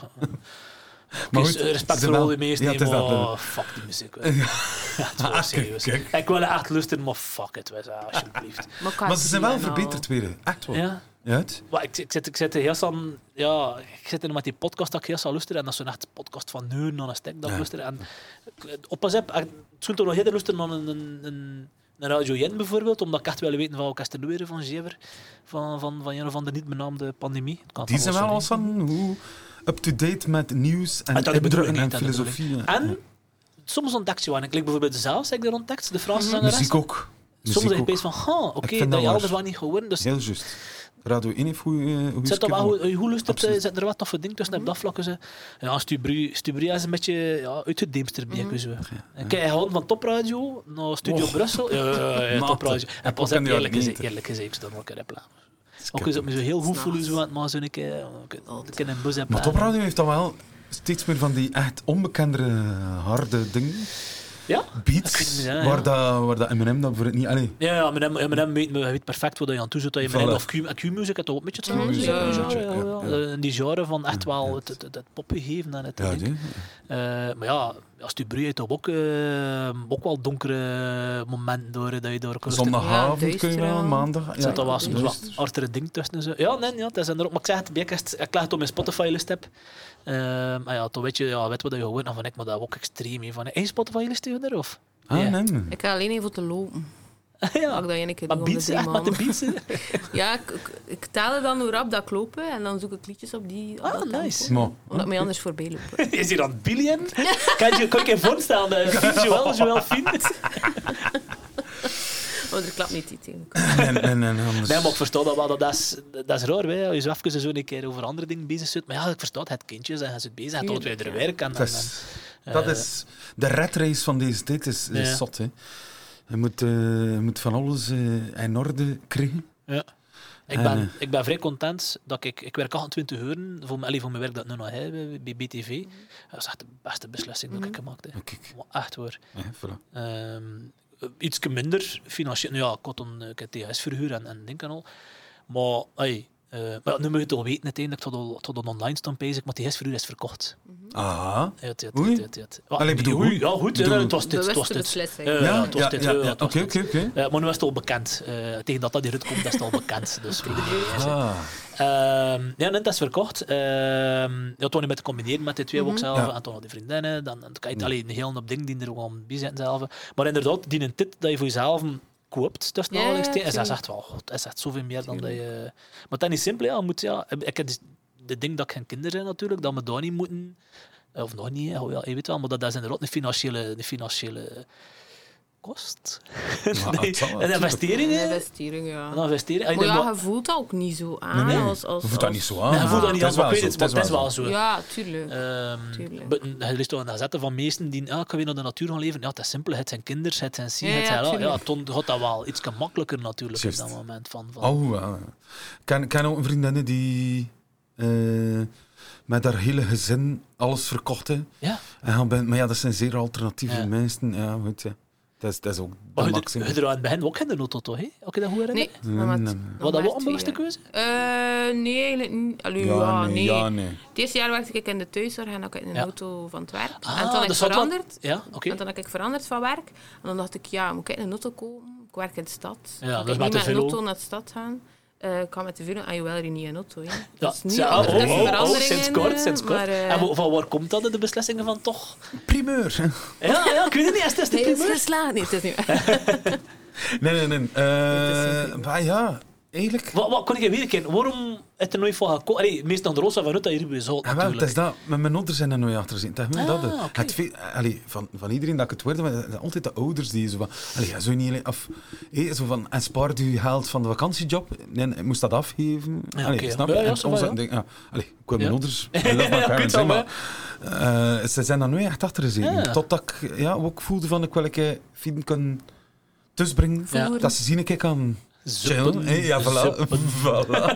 Maar goed, respect voor al die meesten, ja, nee, maar dat, fuck die muziek. Ja, ah, serieus. Kijk, kijk. Ik wil echt luisteren, maar fuck it, wees, alsjeblieft. Maar, maar ze zijn wel verbeterd weer, echt wel. Ja. Ja, maar ik, ik, zit, ik zit heel aan, ja, ik zit er met die podcast dat ik heel aan luisteren en dat is zo'n echt podcast van nu naar een stek dat ik luister. En oppas heb, het zou toch nog heel luisteren naar een, een, een, een Radio Jen bijvoorbeeld, omdat ik echt wil weten van wat is er nu weer van Zever, van, van, van een of andere niet benaamde pandemie. Die zijn wel al van hoe up-to-date met nieuws en, en, en, en filosofie. Ja. En soms ontdekt je wat. Ik like bijvoorbeeld zelfs, heb ik er ontdekt, de Franse zangeres. Muziek ook. Soms denk je van, ha, oké, okay, dat je alles wel niet gewoon. Dus heel juist. Radio één heeft goede zet wel hoe, hoe lust het, zet er wat toffe ding tussen op dat vlak. Ja, Stubru, Stubru is een beetje ja, uitgedeemster bij mm-hmm. zo. En kijk, hij gaat van Topradio naar Studio oh. Brussel. Ja, ja, ja, Topradio. En pas heb eerlijk gezegd, eerlijk gezegd, dan ook een reclame. Ook is dat me zo heel goed voelen, zo, maar zo een keer in een bus hebben. Maar Topradio heeft dan wel steeds meer van die echt onbekendere harde dingen. Ja? Beats, ja, ja. waar, dat, waar dat Eminem dan voor het niet... Allee. Ja, ja, Eminem, Eminem weet, weet perfect wat je aan toe zit. Dat je Eminem of Q-music het toch ook een beetje hetzelfde. Ja, ja, ja, ja, ja. ja. Die genre van echt wel het, het, het, het popgegeven en het ja, ding. Uh, maar ja, als tu bruit toch ook, uh, ook wel donkere momenten door dat je door kan zondagavond ja, kun je wel, maandag. Ja, zit er wel soms wat hardere ding tussen. Zo. Ja, nee, ja, het is er ook. Maar ik zeg het, ik, ik leg het op mijn Spotify-list heb. Uh, maar ja, toen weet je, ja, weet wat je hoort van ik, maar dat is ook extreem. He, van, hey, Spotify-list er of? Ah, yeah. nee, nee. Ik ga alleen even te lopen. Ja, ik dat een keer maar beats, echt met de beats? Ja, ik, ik, ik tel dan hoe rap dat ik loop en dan zoek ik liedjes op die... Ah, oh, nice. Tempo, omdat mij anders voorbij lopen. Is hier dan Billion? Kan je kan je voorstellen dat Fien Joël Joël Fien? Oh, er klapt niet iets in. En, en, en nee, maar ik versta dat wel. Dat is, dat is raar, hè. Je zo even zo een keer over andere dingen bezig zit. Maar ja, ik versta het kindjes en je zit bezig en tot weer er werk. En, dat is, en, dat uh, is de red race van deze tijd is, is ja. zot, hè. Je moet, uh, je moet van alles uh, in orde krijgen. Ja. Ik ben, uh, ik ben vrij content dat ik... Ik werk achtentwintig uur voor, voor mijn werk dat ik nu nog heb bij B T V. Mm. Dat is echt de beste beslissing mm. dat ik gemaakt heb. Okay. Echt hoor. Ja, voilà. um, iets minder financieel. Nou ja, ik had dan uh, T H S-verhuur en, en dingen al. Maar, hey, uh, maar nu moet je het al weten uiteindelijk, tot al, tot al online stond bezig, maar T H S-verhuur is verkocht. Aha. Ja, het, het, Oei. het, het, het. Allee, bedoel, oei, ja, goed. Bedoel, het was dit. Het was dit. Uh, ja, het was dit. Oké, oké, oké. Maar nu is het al bekend. Uh, tegen dat dat hieruit komt, is het al bekend. Dus voor iedereen. Ah. Uh, ja, nee, dat is verkocht. Uh, ja, toen met te combineren met die twee mm-hmm. ook zelf. Ja. En toen nog die vriendinnen. Dan, dan kan je alleen een heel hoop dingen die er gewoon bij zitten zelf. Maar inderdaad, die een tit dat je voor jezelf koopt, tussen ja, aanhalingstekens, is dat echt wel god, is echt zoveel meer dan dat je... Maar dat is niet simpel, ja. Moet, ja ik heb de ding dat ik geen kinderen zijn natuurlijk, dat we daar niet moeten... Of nog niet, ja, je weet wel, maar dat is inderdaad een financiële... Een financiële kost. Ja, nee, een investering, Een investering, ja. Een investering. Maar ja, je voelt dat ook niet zo aan. Nee, nee. Als, als, je voelt dat niet zo aan. Nee, je voelt dat niet aan, maar ik weet het, maar het is wel zo. Ja, tuurlijk. Um, tuurlijk. Je leest toch een gazette van meesten die ah, ik ga weer naar de natuur gaan leven. Ja, het is simpel. Het zijn kinderen, het zijn zien, ja, het zijn... Ja, ja, toen gaat dat wel iets gemakkelijker natuurlijk op dat moment. Van, van. Oh, ja. Ik ken ook een vriendin die... Uh, met haar hele gezin alles verkocht. Hè. Ja. En gaan bij, maar ja, dat zijn zeer alternatieve ja. mensen. Ja, goed, ja. Dat is, dat is ook de de maximum. Je er aan het begin ook in de auto, toch? He? Ook je dat goed herinneren? Nee. nee, nee. Was dat wel een onbewuste keuze? Uh, nee, eigenlijk niet. Allee, ja, ja, nee, nee. Ja, nee. Het eerste jaar werkte ik in de thuiszorg en dan had ik in een ja. auto van het werk. Ah, en toen heb ik veranderd. Ja, okay. En toen heb ik veranderd van werk. En dan dacht ik, ja, moet ik in een auto komen? Ik werk in de stad. Ja, ik kan niet met een auto naar de stad gaan. Uh, ik kan met de velo en je wil er niet in auto. Hè. Ja, dus niet ja, oh, oh, oh, oh, sinds kort, uh, sinds kort. Maar, uh, en van waar komt dat, de beslissingen van toch? Primeur. Ja, ja, ik weet het niet. Is het de nee, primeur? Het is geslaagd. Nee, het is niet Nee, nee, nee. Uh, maar ja, eigenlijk... Wat, wat kon ik weer kennen? Waarom is er nooit van gekomen? Allee, meestal de Rosa vanuit dat hier bij zo. Ja, wel, het is dat. Met mijn ouders zijn er nooit achter gezien. Dat, ah, dat, okay. het veel, allee, van, van iedereen dat ik het hoorde, maar het zijn altijd de ouders die zo van... Allee, zo niet af, hey, zo van, en spaart u geld van de vakantiejob? Nee, ik moest dat afgeven. Ja, allee, okay, snap ja. je? Ja, ja, en onze, ja. denk, ja, allee, ik wil mijn ja. ouders... I love my parents, ja, maar, uh, ze zijn daar nooit echt achter gezien. Ja. Totdat ik ja, ook voelde van, ik wil een keer fietsen kunnen tussenbrengen. Ja. Dat ze zien ik kan... Chillen, hey, ja, voilà. voilà.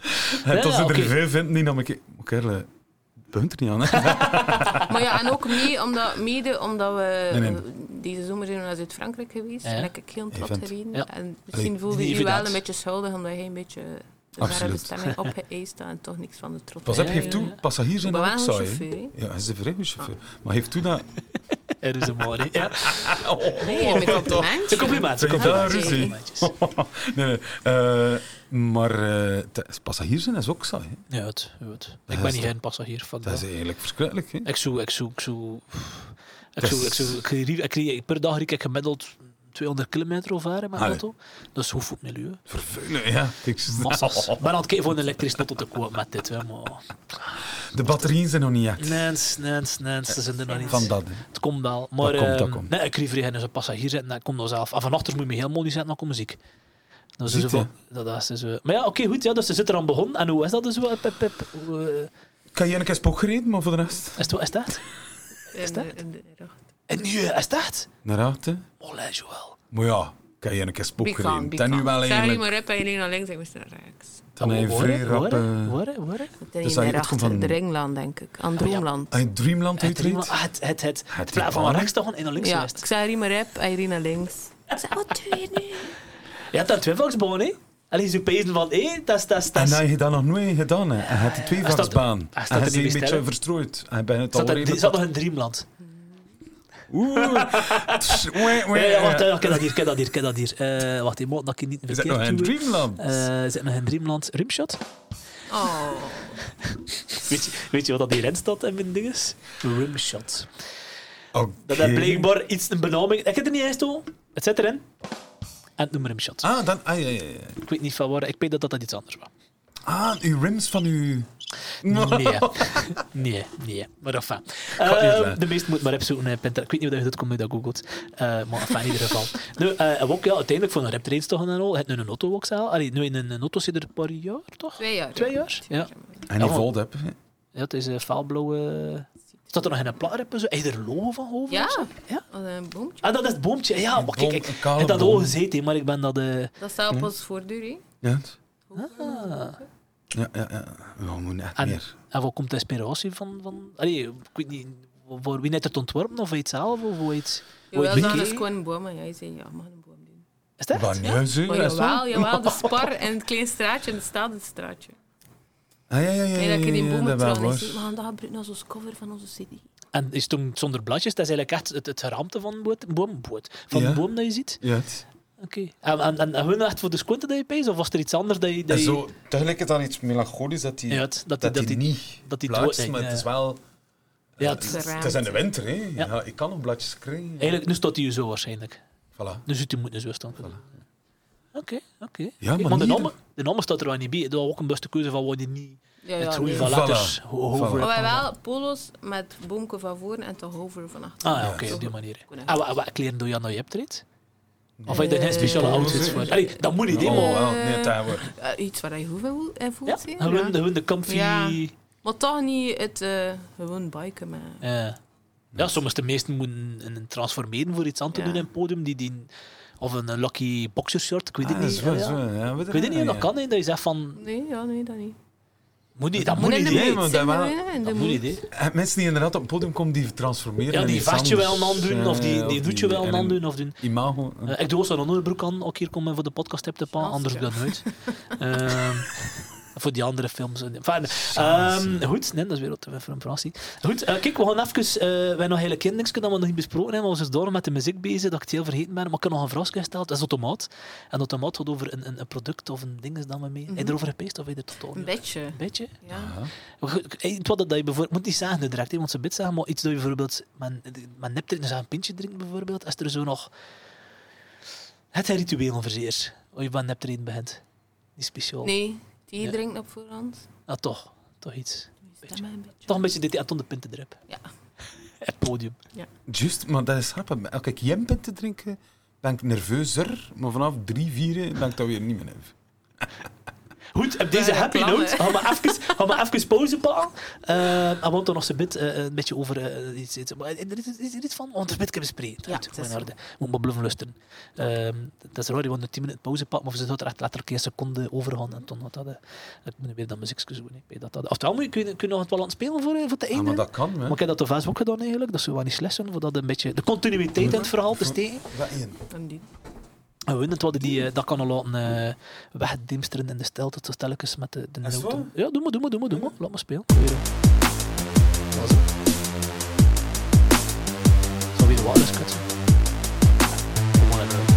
En tot ze er veel vinden, niet naar me kerel, punt er niet aan. Maar ja, en ook mee, omdat, mede omdat we nee, nee. deze zomer zijn we naar Zuid-Frankrijk geweest. Ja. En heb ik heel trot gereden. Ja. En misschien voelde je je wel een beetje schuldig, omdat je een beetje de verre bestemming opgeëist en toch niks van de trots. Pas op, heeft toe, passagiers zijn ook saai. Ja, hij is een vrij goede chauffeur. Maar heeft toe dat... Er is een mooi. Ja. Oh, nee, met complimentjes. Een compliment. Een complimentjes. nee, nee. Uh, maar uh, passagiers zijn is ook saai. Hè? Ja, het, het. Ik ben niet geen passagier. Van dat, dat is eigenlijk verschrikkelijk. Hè? Ik zou... Ik zou... Ik zou... Ik zou... Ik zou... Ik zou... Per dag riek ik gemiddeld tweehonderd kilometer of varen met auto. Dat is goed voor het milieu. Vervelend, ja. Massas. Ik ben aan het kijken voor een elektrische auto te kopen met dit. Hè, maar... De batterijen zijn nog niet echt. Nee, nee, nee, ze zijn er nog niet. Van dat, hè. Het komt wel. Maar dat komt, uh, dat komt. Nee, ik kreeg vrij eens een passagier zitten. Ik kom dan zelf. En van achter moet je me helemaal niet zetten, dan kom muziek. Dat is zo. Dat is zo. Maar ja, oké, okay, goed. Ja, dus ze zit er aan begonnen. En hoe is dat dus? Pip, pip, uh... Kan je een keer spook gereden, maar voor de rest? Is het, is dat? Is dat? En nu, is dat? Naar achter? Oh, lees je wel. Maar ja, kan je een keer spook gereden. Dan nu wel eigenlijk... Zeg maar rap en jullie naar links en ik moest naar rechts. Dan heb je vrij rap... Waar, waar? Dus dat je van... de Ringland, denk ik. Aan Droomland. Ah, ja. Dreamland uitreed? Ah, het, het, het. Het, het van rechts toch en naar links ja, geweest. ik zei riem maar rap en jullie naar links. Ik zei, wat doe je nu? Je hebt daar twee vaksbaan, hè? Allee, zo pezen van, hé, dat is... Dat en dat heb je dat nog nooit gedaan, hè? Hij had die twee vaksbaan. En hij is een beetje verstrooid. Hij bent al redelijk... Zat nog in Dreamland. Oeh. Ja, wacht, ik ken dat hier, ik ken dat hier, ik ken dat hier. Uh, wacht, ik moet dat ik niet verkeerd doe. Is het nog in Dreamland? Uh, is het nog in Dreamland? Rimshot? Oh. weet, je, weet je wat dat hierin staat in mijn dinges? Rimshot. Okay. Dat is blijkbaar iets, een benaming. Ik heb het niet eens toe. Het zit erin. En het noemt Rimshot. Ah, dan... Ah, ja, ja, ja. Ik weet niet van waar. Ik weet dat dat iets anders was. Ah, uw rims van uw... Nee, nee, nee. Maar enfin. Uh, de meesten moeten maar opzoeken op internet. Ik weet niet of je dat komt nu dat googelt. Uh, maar enfin, in ieder geval. Nu, uh, ook, ja, uiteindelijk voor een raptrains toch een rol. Het nu een auto ook zelf. Allee, nu in een auto zit er een paar jaar, toch? Twee jaar. Twee jaar? Ja. En die volt heb. Ja, het is een faalblauwe... Staat er nog in een plaatreppen? Heb je er logo van over? Ja. ja. Een boompje. Ah, dat is het boompje. Ja, maar kijk, ik heb dat al gezeten, maar ik ben dat... Uh... Dat staat op ons voordeur, hè? Ja. Ah. Ja, ja, ja. We moeten echt en, meer. En wat komt de inspiratie van? van allee, ik weet niet, voor wie heeft het ontworpen? Of iets zelf? Of iets? Ja, dat is gewoon een boom. En jij zei, ja, mag een boom doen. Is dat? Ja, ja, jawel, jawel, de spar en een klein straatje en het staat het straatje. Ah, ja, ja, ja. Nee, dat ik in die boom ja, trouwen. We gaan dat gebruiken als cover van onze C D. En is het toen zonder bladjes? Dat is eigenlijk echt het, het geraamte van een boot, boom, boot, van ja. de boom dat je ziet? Ja. Oké. Okay. En, en, en, en hun echt voor de squinten dat je pees? Of was er iets anders dat je... Dat je... Zo, tegelijkertijd iets melancholisch dat die, ja, het, dat die, dat die, dat die niet dat die blaadjes, dood, maar ja. Het is wel... Ja, het, het, het is in de winter, hè. Ja. Ja, ik kan nog bladjes krijgen. Eigenlijk, nu staat hij zo waarschijnlijk. Voilà. Nu zit hij moeten zo staan. Oké, Voilà. oké. Okay, ja, okay. maar de naam, de naam staat er wel niet bij. Dat was ook een beste keuze van wat je niet... Ja, ja, het groei nee. van letters. Voilà. Hover. Voilà. Maar wel polo's met boomke van voren en toch hover van achter. Ah ja, oké, okay, op die manier. En wat, wat kleren doe je aan nou je hebt erin? Of heb je er geen speciale outfits voor? Allee, dat moet niet, hè? Oh, nee, dat wordt. Uh, iets waar je hoeveel in voelt, ja, gewoon, gewoon de comfy... Ja. Maar toch niet het uh, gewoon biken, maar... Ja. Ja, soms de meesten moeten een transformeren voor iets aan te ja. doen in het podium. Die, die, of een, een lucky boxershort, ik weet het ah, niet. Zo, ja. zo, ja, ik weet het niet, dat kan niet. Dat je zegt van... Nee, ja, nee, dat niet. Moet niet, dat moet niet. Nee, maar dat wel. Dat moet niet. Mensen die inderdaad op het podium komen, die transformeren. Ja, die vast je wel aandoen, of die, die doet je wel aandoen. Of doen. Imago. Uh, ik doe ook zo'n onderbroek aan, ook hier komen voor de podcast heb te pa, anders doe ik dat nooit. uh, voor die andere films. Enfin, um, goed, nee, dat is weer wat voor een verrassing. Goed, uh, kijk, we gaan even... Uh, we hebben nog hele kindings dat we nog niet besproken hebben. We zijn door met de muziek bezig, dat ik het heel vergeten ben. Maar ik heb nog een vraag gesteld. Dat is Automaat. En Automaat gaat over een, een, een product of een ding is dat we mee. Mm-hmm. Heb je erover gepeest of heb je er totaal Een beetje. Een beetje? Ja. Iets wat dat je bijvoorbeeld... moet niet zeggen direct, want ze bit zeggen, maar iets dat je bijvoorbeeld... Men, men nept er een pintje drinken bijvoorbeeld. Is er zo nog... Het ritueel verzeer. Als je van nept erin begint. Niet speciaal. Nee. Die ja. drinkt op voorhand? Ah, toch. Toch iets. Beetje. Een beetje. Toch een beetje dit aan de pintendrip. Ja. Het podium. Ja. Juist, maar dat is grappig. Als ik jem pinten drinken, ben ik nerveuzer. Maar vanaf drie, vier ben ik dat weer niet meer nerveus. Goed, op deze happy note gaan we even, gaan we even pauze pakken. Uh, en want dan nog een, bit, uh, een beetje over uh, iets, iets. Maar er is, is er iets van? Want het is een beetje bespreken. Ja, goed, orde. Moet maar blijven luisteren. Uh, dat is raar, je moet tien minuten pauze pakken, maar we zitten er echt letterlijk een seconde overgaan. En toen had dat... Uh, ik moet weer dat muziekje doen. Dat dat, oftewel, moet je, kun, je, kun je nog het wel aan het spelen voor, voor te einde? Ja, maar dat kan, hè. Maar ik heb dat toch vast ook gedaan, eigenlijk. Dat zou wel niet slecht zijn, voor dat een beetje de continuïteit in het verhaal te steken. Wat één? En die... En we hadden die, uh, dat kan al laten uh, wegdimsteren in de stijl tot zo stelkens met de, de auto. Ja, doe maar, doe maar, doe maar, doe maar. Laat maar spelen. Weer, uh, dat is het. Zal weer de waardes kutsen. Kom maar even.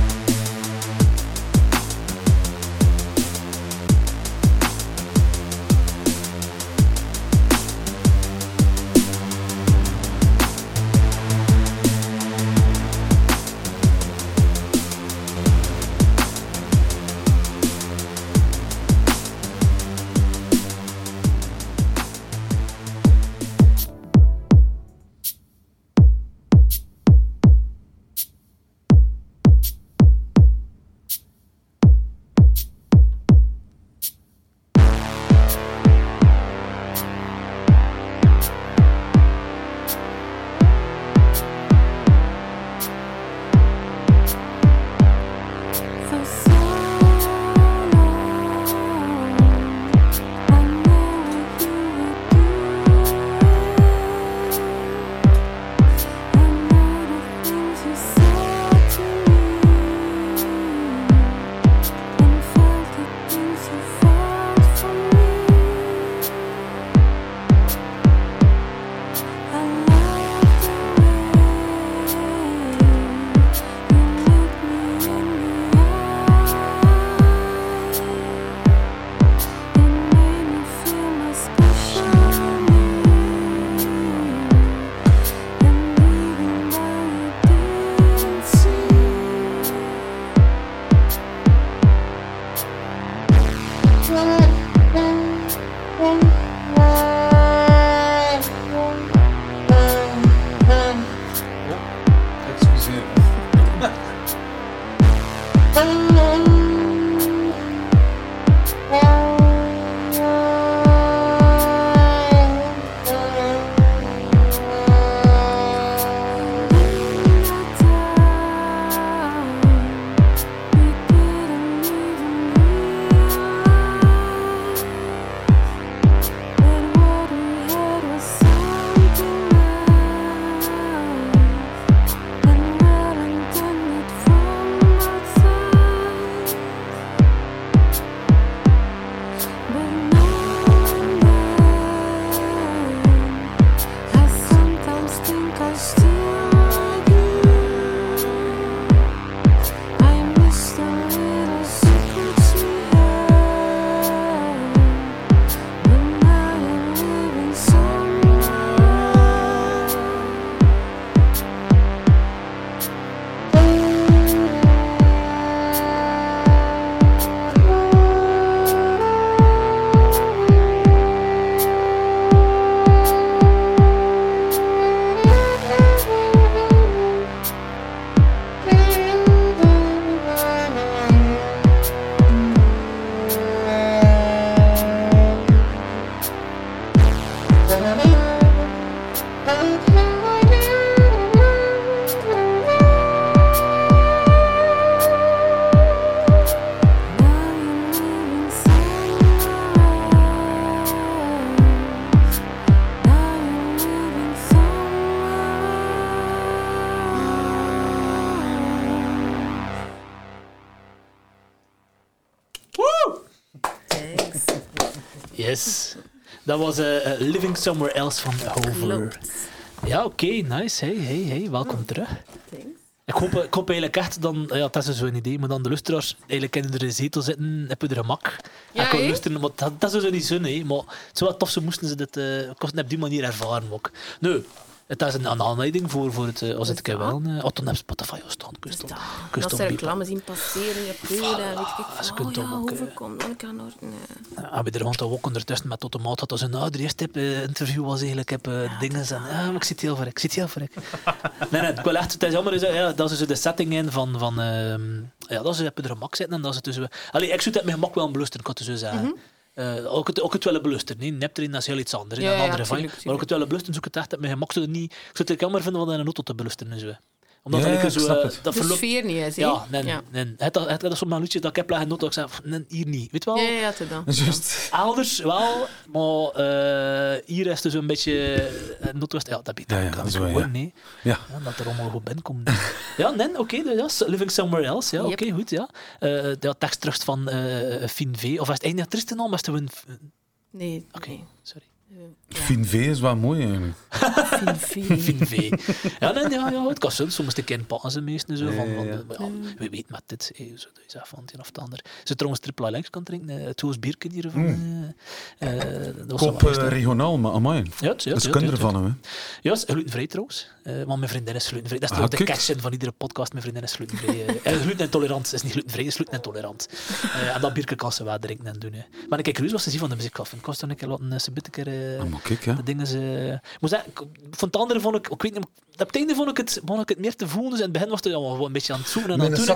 Yes. Dat was uh, Living Somewhere Else van Hover. Ja, oké, okay, nice. Hey, hey, hey, welkom oh, terug. Thanks. Ik hoop, ik hoop eigenlijk echt dan, ja, dat is zo'n idee, maar dan de luisteraars eigenlijk in de zetel zitten, hebben er gemak. Ja, en luisteren, maar dat, dat is zo niet zin, hè. Maar het zou wel tof, zo moesten ze dit uh, op die manier ervaren ook. Nu, het is een, een aanleiding voor, voor het, uh, als het wel. Uh, oh, dan heb Spotify staan. Kustom, dat ze reclame zien passeren, je peuren, weet ik van, oh ja, hoeveel dan kan er... Nee. Ja, we er gewoon toch ook ondertussen met automaat dat als een nou, de eerste uh, interview was eigenlijk, heb uh, ja, dingen en ja, maar ik zit heel verrek, ik zit heel verrek. nee, nee, ik wil echt, het is jammer, is, ja, dat is dus de setting in van, van uh, ja, dat ze op de gemak zitten en dat ze dus... Uh, allee, ik zou het met gemak wel beluisteren, kan ik het zo zeggen. Mm-hmm. Uh, ook, het, ook het willen beluisteren. Nee? Nep erin, dat is heel iets anders. Ja, een andere ja, tuurlijk, tuurlijk. Maar ook het willen beluisteren, zoek het echt met mijn gemak. Ik zou het jammer vinden wat in een auto te beluisteren. Zo. Omdat ja, dat ik zo... Uh, dat de sfeer niet is, ja, nee, ja. nee. Het, het, het, dat is zo'n liedje dat ik heb liggen in de auto. Ik zei, nee, hier niet. Weet je wel? Ja, ja, dat dan. Just. Elders wel, maar uh, hier is het zo'n beetje... Uh, Noordwest, ja, dat biedt ja, ja, dat is wel, gewoon, ja. nee. Ja. Ja, dat er allemaal goed binnenkomt. ja, nee, oké, okay, ja, Living Somewhere Else. Ja, oké, okay, yep. goed, ja. Uh, de tekst terug van uh, Fien V. Of is het eigenlijk Tristan al, maar is het een... Nee. Oké, okay, nee. sorry. Ja. Fien V is wel mooi eigenlijk. Fien V. Fien V. Ja, nee, ja, ja, het kan zo. Soms de kindpakken ze meesten zo. Van, van, ja, ja. Ja, we weten met dit. Hey, zo, dat is van het een of het ander. Ze trouwens triple Alex kan drinken. Uh, het Hoos bierken hier. Van, mm. uh, uh, Koop uh, regionaal, maar amai. Ja, het, ja, dat is ja, kinderen ja, ja. van hem. Ja, is glutenvrij trouwens. Uh, want mijn vriendin is glutenvrij. Dat is ah, de catch van iedere podcast. Mijn vriendin is glutenvrij. Uh, glutenintolerant. Ze is niet glutenvrij, is glutenintolerant. Uh, en dat bierken kan ze wel drinken en doen. Hè. Maar ik kijk gerust wat ze zien van de muziekaf. Ik kost dan een keer laten uh, ze een keer... Uh, oh, kijk, ja. De dingen ze... Moet zeggen, van het andere vond ik... Ik weet niet... Op het einde vond ik het, vond ik het meer te voelen. Dus in het begin was het ja, gewoon een beetje aan het zoeken en aan het doen.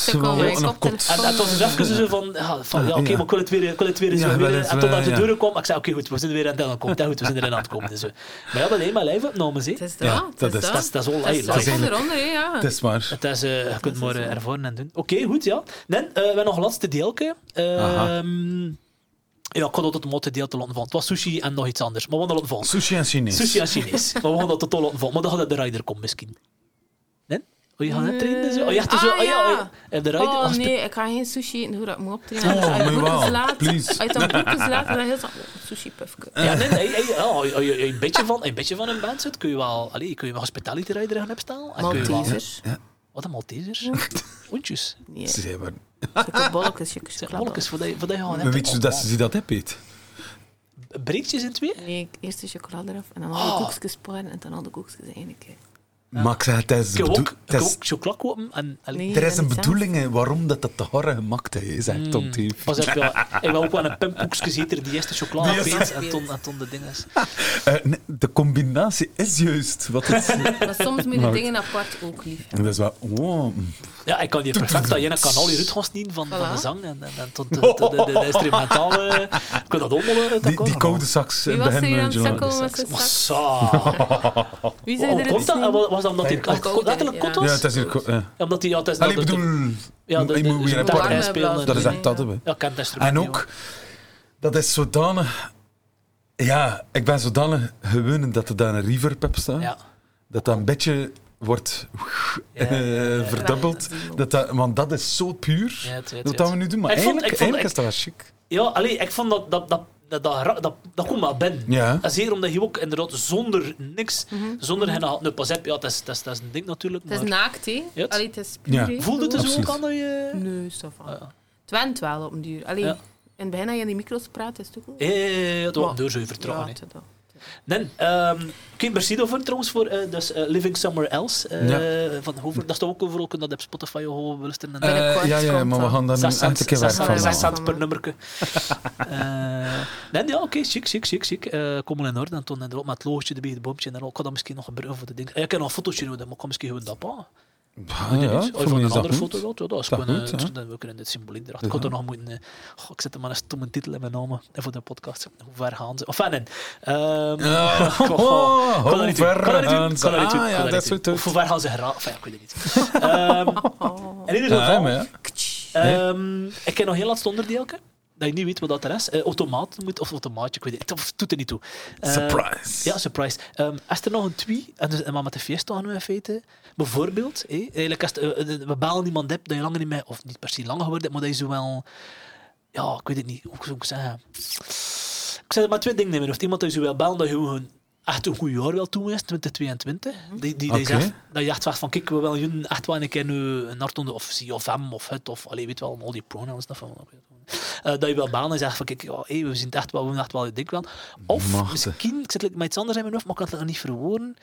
En toen was het even zo van... Ja, van, ja oké, okay, maar ik wil het weer, ik wil het weer eens ja, weer. En tot aan de deuren kwam, ik zei, oké, okay, goed, we zijn er weer aan het komen. Ja, goed, we zijn er aan het komen. Dus, maar ja, dat is maar live opnames, hè. Het is dat. Ja, dat, is, dat, is, dat is al live. Dat is onderonder, ja. Het is waar. Het is, uh, je kunt maar uh, ervaren en doen. Oké, okay, goed, ja. Dan, uh, we hebben nog een laatste deeltje. Um, Ja, ik kon dat tot de motte deel te laten vallen. Het was sushi en nog iets anders. Maar we gaan dat laten vallen. Sushi en Chinees. Sushi en Chinees. Maar we gaan dat totaal laten vallen. Maar dan gaat de rider komen misschien. Nee? Oh, je gaat net trainen? Zo? Oh, je ah, zo, oh, ja. Oh, de rider, oh nee, ik ga geen sushi eten. Hoe dat moet optrainen. Oh, als je wow. laat, please. Als je dan boekjes laat, dan heel zo... Sushi puffke. Ja, nee, nee, nee, oh, als je een beetje van een, beetje van een band zit, kun je wel... Allee, kun je wel hospitality rider gaan opstaan. Maltesers. Ja. Wat een Maltesers? Hondjes. Nee. Ze zijn maar... Bolletjes, chocolade. Bolletjes, voor die je gaan hebben. Weet je dat ze dat hebben? Breekjes in twee? Nee, eerst de chocolade eraf en dan al de koekjes sparen en dan al de koekjes eigenlijk. Ja. Maar ik zeg, het is... Ik ook, ik ook chocola kopen en... Nee, er is een bedoeling waarom dat, dat te harde gemaakt is, echt mm. ontief. Pas heb je ik heb ook wel een pimpkoekje gezeten die eerste chocolade yes. en ton, en ton de dingen. Uh, nee, de combinatie is juist wat het... Maar soms moet je dingen apart ook lief. En dat is wel... Wow. Ja, ik kan je perfect dat je een kanaal hier uit gaan zien van, voilà. van de zang en, en, en tot de, de, de, de, de instrumentale... Ik kan dat allemaal... Die, die koude sax. Wie was er hier aan het sakken met zijn sax? Wie zei er het niet? Was dat omdat hij letterlijk kot was? Ja, het is hier... Ja, omdat hij... Ja, het is Allee, ik bedoel... Ja, de, de, de, de, de, dat is echt dat, hè. Ja, kan het en ook, dat is zodanig... Ja, ik ben zodanig gewoon dat er daar een reverb op staat. Ja. Dat dat een beetje wordt ja, uh, verdubbeld. Dat dat, want dat is zo puur, ja, het, het, dat dat we nu doen. Maar ik eigenlijk, vond, eigenlijk vond, is dat wel chic. Ja, allee, ik vond dat... dat, dat Dat, dat, dat, dat komt wel binnen. Ja. En zeker omdat je ook inderdaad zonder niks, mm-hmm. zonder geen hand... Nu, pas heb, ja, het is, het is, het is een ding natuurlijk. Het is maar... naakt, hè? Ja, het... Allee, het is puur, ja. Voelde het er zo ook aan dat je... Nee, is dat van. Ja. Het went wel op een duur. Allee, ja. In het begin dat je in die micro's praat, is het ook wel... Ja, ja, ja, dat was deur zo je vertrouwen. Ja, nee, um, oké, okay, merci daarvoor trouwens voor uh, dus, uh, Living Somewhere Else. Uh, ja. Van Hover. Dat staat ook overal, dat op Spotify gewoon willen. Uh, ja, ja, maar we gaan daar nu een keer werk van zes cent per nummerke. uh, nee, ja, oké, okay, chic, chic, chic, chic. Uh, kom maar in orde en toen met het logootje erbij, de boompje en al. Ik kan dat misschien nog gebruiken voor de dingen. Ik heb nog een fotootje nodig, maar ik kan misschien gewoon dat pa. Ah, ja, of van een andere foto wel, ja, dat is gewoon, goed, uh, we kunnen dit symboliek erachter. Ik had er nog moeten, uh, oh, ik zet er maar een stomme titel in mijn naam voor de podcast. Hoe ver gaan ze? Of van in. Hoe ver gaan ze? Ah, ja, dat is goed. Of hoe ver gaan ze geraken? Enfin, ja, ik weet het niet. um, in ieder geval, ja, ja. Um, ik heb nog heel laatste onderdeeltje. Dat je niet weet wat dat er is. Uh, automaat moet, of automaatje, ik weet het niet. Of doet er niet toe. Uh, surprise. Ja, surprise. Um, is er nog een twee? En dus, maar met de Fiesta gaan we in feite. Bijvoorbeeld, hé, eigenlijk als het, uh, we bellen iemand hebt dat je langer niet meer, of niet per se lang geworden, maar dat je zo wel, ja, ik weet het niet, hoe zou ik zeggen, Ik zeg maar twee dingen nemen. Of iemand die je wil bellen dat je gewoon echt een goed jaar wil toewensen, twintig tweeëntwintig. Die, die, die okay. zegt, dat je echt zegt van, kijk, we willen jullie echt wel een keer nu een hart onder, of zie of hem, of het, of, allee, weet wel, al die pronouns. Dat, van, uh, dat je wil bellen en zegt van, kijk, oh, hey, we zien het echt wel, we doen echt wel je dik wel. Of Machte. misschien, ik zit met iets anders in mijn hoofd, maar ik kan het nog niet verwoorden.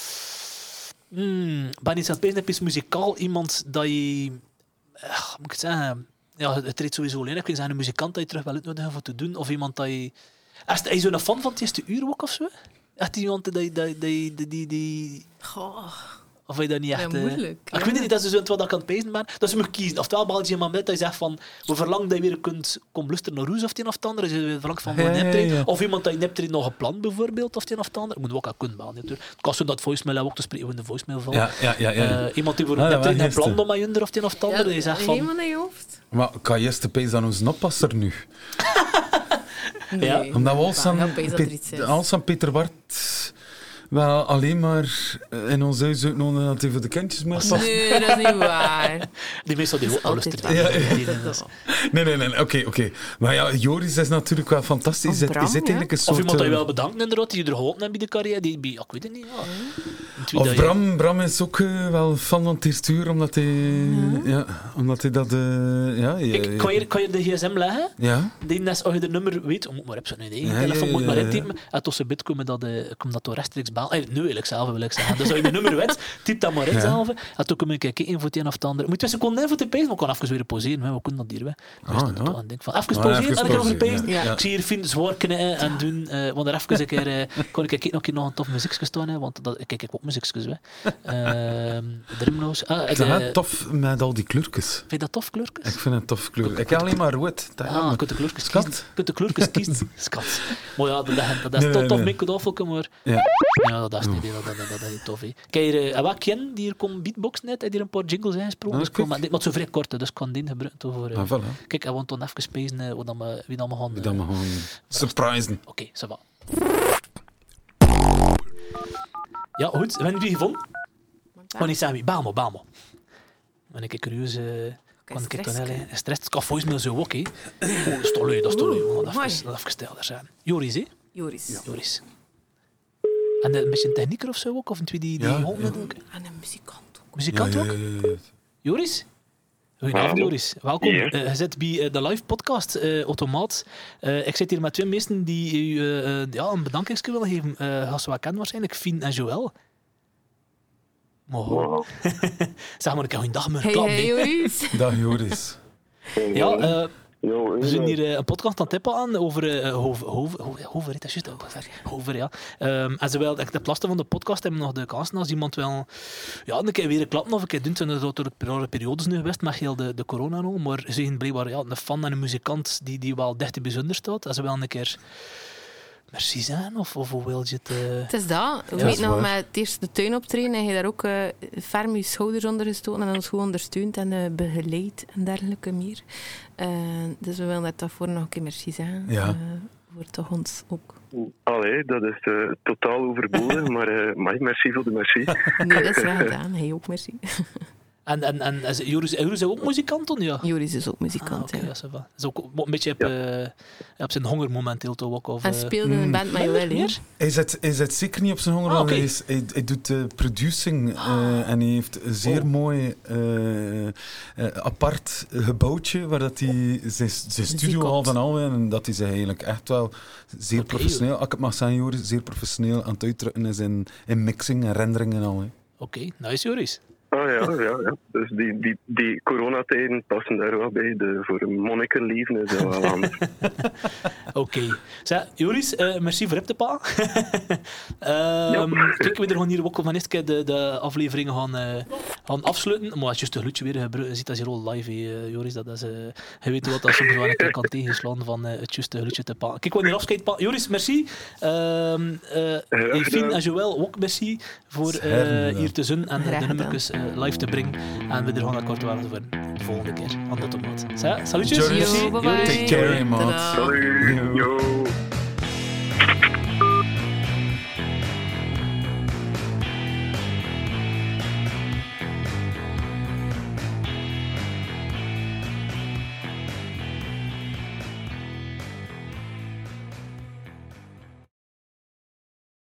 Hmm, ben iets aan het pezen, heb is muzikaal iemand dat je, uh, moet ik het zeggen, ja, het treedt sowieso alleen. Ik wil zeggen, een muzikant dat je terug wel uitnodigen voor te doen, of iemand dat je... Is je zo'n fan van het eerste uur ook of zo? Echt iemand die... die, die, die, die, die... Goh. Of weet je dat niet echt... Ja, moeilijk. Uh... Ik weet niet, dat is dus wat ik aan het pezen ben. Dat is me kiezen. Oftewel behaal je iemand met dat je zegt van... We verlangen dat je weer kunt komen luisteren naar Roes of het een of het ander. Dus je verlangt van... Ja, ja, ja. Of iemand dat je hebt nog gepland bijvoorbeeld of het een of het ander. Dat moet we ook al kunnen behalen natuurlijk. Het kan zo dat voicemail ook te spreken in de voicemail van. Ja, ja, ja, ja. Uh, iemand die voor een neptrin een plan om met je of het een of het ander. Ja, je zegt van... Helemaal in je hoofd. Maar kan je eerst de pees aan onze oppasser nu? Nee, ja, omdat we alles aan, Pe- alles aan Peter Wart wel alleen maar in ons huis uitnodigen dat hij voor de kindjes moet passen. Nee, dat is niet waar. Die meestal die ook al luisteren. Ja, ja. Nee, nee, nee. Oké, okay, oké. Okay. Maar ja, Joris is natuurlijk wel fantastisch. Is het eigenlijk een soort... Of iemand dat je wel bedankt inderdaad, die je er geholpen hebt bij de carrière. Die, die, ik weet het niet. Ja. Of Bram, Bram is ook uh, wel fan van het eerste uur, omdat hij... Ja. Ja, omdat hij dat... Uh, ja, ja, Kijk, kan je, kan je de gsm leggen? Ja. Die nest, als je de nummer weet... Oh, moet maar even zo'n idee. Ja, telefoon ja, ja, moet maar intypen. En tussen bit komen dat, uh, kom dat door rechtstreeks bellen. Eh, nu eigenlijk zelf wil ik zeggen. Dus als je de nummer weet, typ dat maar in ja. zelf. En toen kom ik kijken voor het een of het ander. Moet je een seconde in voor te pezen, maar ik kan even weer pauzeren. We kunnen dat hier. Dus ah, ja. Aan denk van, even ah, pauzeren en ik ga weer pezen. Ja. Ja. Ik zie hier Fien zwaar knippen en doen. Uh, want er even een keer... Uh, kon ik kijken nog een, nog een tof muziekje staan. Hè, want dat, kijk ik ook muziekjes. Uh, Drimloos. Ah, ik vind het tof met al die kleurtjes. Vind je dat tof, kleurtjes? Ik vind het tof kleur. Ik heb alleen maar rood. Ah, je kunt de kleurtjes kiezen. Je kunt de kleurtjes kiezen. Skat. Maar ja, dat, dat, dat is toch tof, mijn cadeauvelke, maar... Ja. Ja, dat is niet, dat, dat, dat, dat is tof. Hè. Kijk, uh, en wat ken die hier komt beatboxen net, en die een paar jingles ingesproken. Dus maar dit zo vrij kort, dus ik kan die gebruiken voor... Uh, ah, voilà. Kijk, hij want dan even spelen uh, wie dan me, wie dan me gaan... Wie dan me gaan surprisen. Oké, okay, ça va. Ja, goed. We hebben jullie gevonden. Maar niet zeggen wie. Baal me, baal me. Ben ik curieus... Uh, kan ik dan heel stress. Het kan voicemail zo ook, hè. Oh, dat is toch leuk, dat is toch leuk. Dat is even stilder zijn. Joris, hè? Joris. Ja. Joris. En een beetje een technieker of zo ook? Of een twee die, die ja, honden ja. ook? En een muzikant ook. Muzikant ook? Ja, ja, ja, ja. Joris? Goedenavond, Joris. Welkom. Yeah. Uh, je zit bij uh, de live podcast uh, Automaat. Uh, ik zit hier met twee mensen die u uh, uh, ja, een bedankingsje willen geven. Uh, als ze wel kennen waarschijnlijk, Fien en Joël. Wow. Zeg maar, ik heb een dag meer geklapt. Hey, hey, Joris. Dag, Joris. Ja, uh, we zijn hier uh, een podcast aan het tippen aan over uh, Hover, Hover, Hover, dat is juist Hover, Hover, ja. Um, en zowel de plasten van de podcast hebben nog de kansen als iemand wel, ja, een keer weer een klappen of een keer doen. Zijn er door de periodes nu geweest, met heel de, de corona nog, maar ze zijn blijkbaar ja, een fan en een muzikant die, die wel dicht bijzonder staat. En ze wel een keer merci zijn, of, of hoe wil je het... Uh... Het is dat. We ja, weten nog met het eerste de tuin optreden en je daar ook uh, ferm je schouders onder gestoten en ons gewoon ondersteund en uh, begeleid en dergelijke meer. Uh, dus we willen dat daarvoor nog een keer merci zeggen. Ja. Uh, voor toch ons ook. Allee, dat is uh, totaal overbodig, maar, uh, maar merci voor de merci. Nee, dat is wel gedaan. Hij ook merci. En, en, en is Joris, Joris is ook muzikant, dan? Ja? Joris is ook muzikant, ah, okay, ja. Dat is, is ook een beetje op, ja. uh, op zijn hongermoment heel toch ook. Of, hij speelde in een band met Joël, hè? Hij zit, hij zit zeker niet op zijn honger, ah, okay. hij, is, hij, hij doet uh, producing uh, ah. en hij heeft een zeer oh. mooi uh, uh, apart gebouwtje waar dat hij zijn, zijn studio al van al en dat hij zich eigenlijk echt wel zeer okay, professioneel, als ik het mag zeggen, Joris, zeer professioneel aan het uitdrukken is in, in mixing en rendering en al. Oké, okay, nice Joris. Oh ja, ja, ja. Dus die, die, die coronatijden passen daar wel bij. De, voor een monnikenleven is dat wel anders. Oké. Okay. Joris, uh, merci voor het te pa. um, ja. Kijk, we er gewoon hier ook van eerste keer de, de afleveringen gaan, uh, gaan afsluiten. Maar het is juist een glutje weer. Je ziet dat hier al live, uh, Joris. Dat is, uh, je weet wat dat soms wel een keer kan tegenslaan van uh, het juiste glutje te pa. Kijk, wanneer afscheid pa. Joris, merci. Um, uh, Fien en Joël ook merci voor uh, hier te zijn en de nummertjes uh, live te brengen. En we er gewoon akkoord waren voor de volgende keer aan de tomaat. Salutjes. Yo, bye bye. Take care, man. Salut. Yo.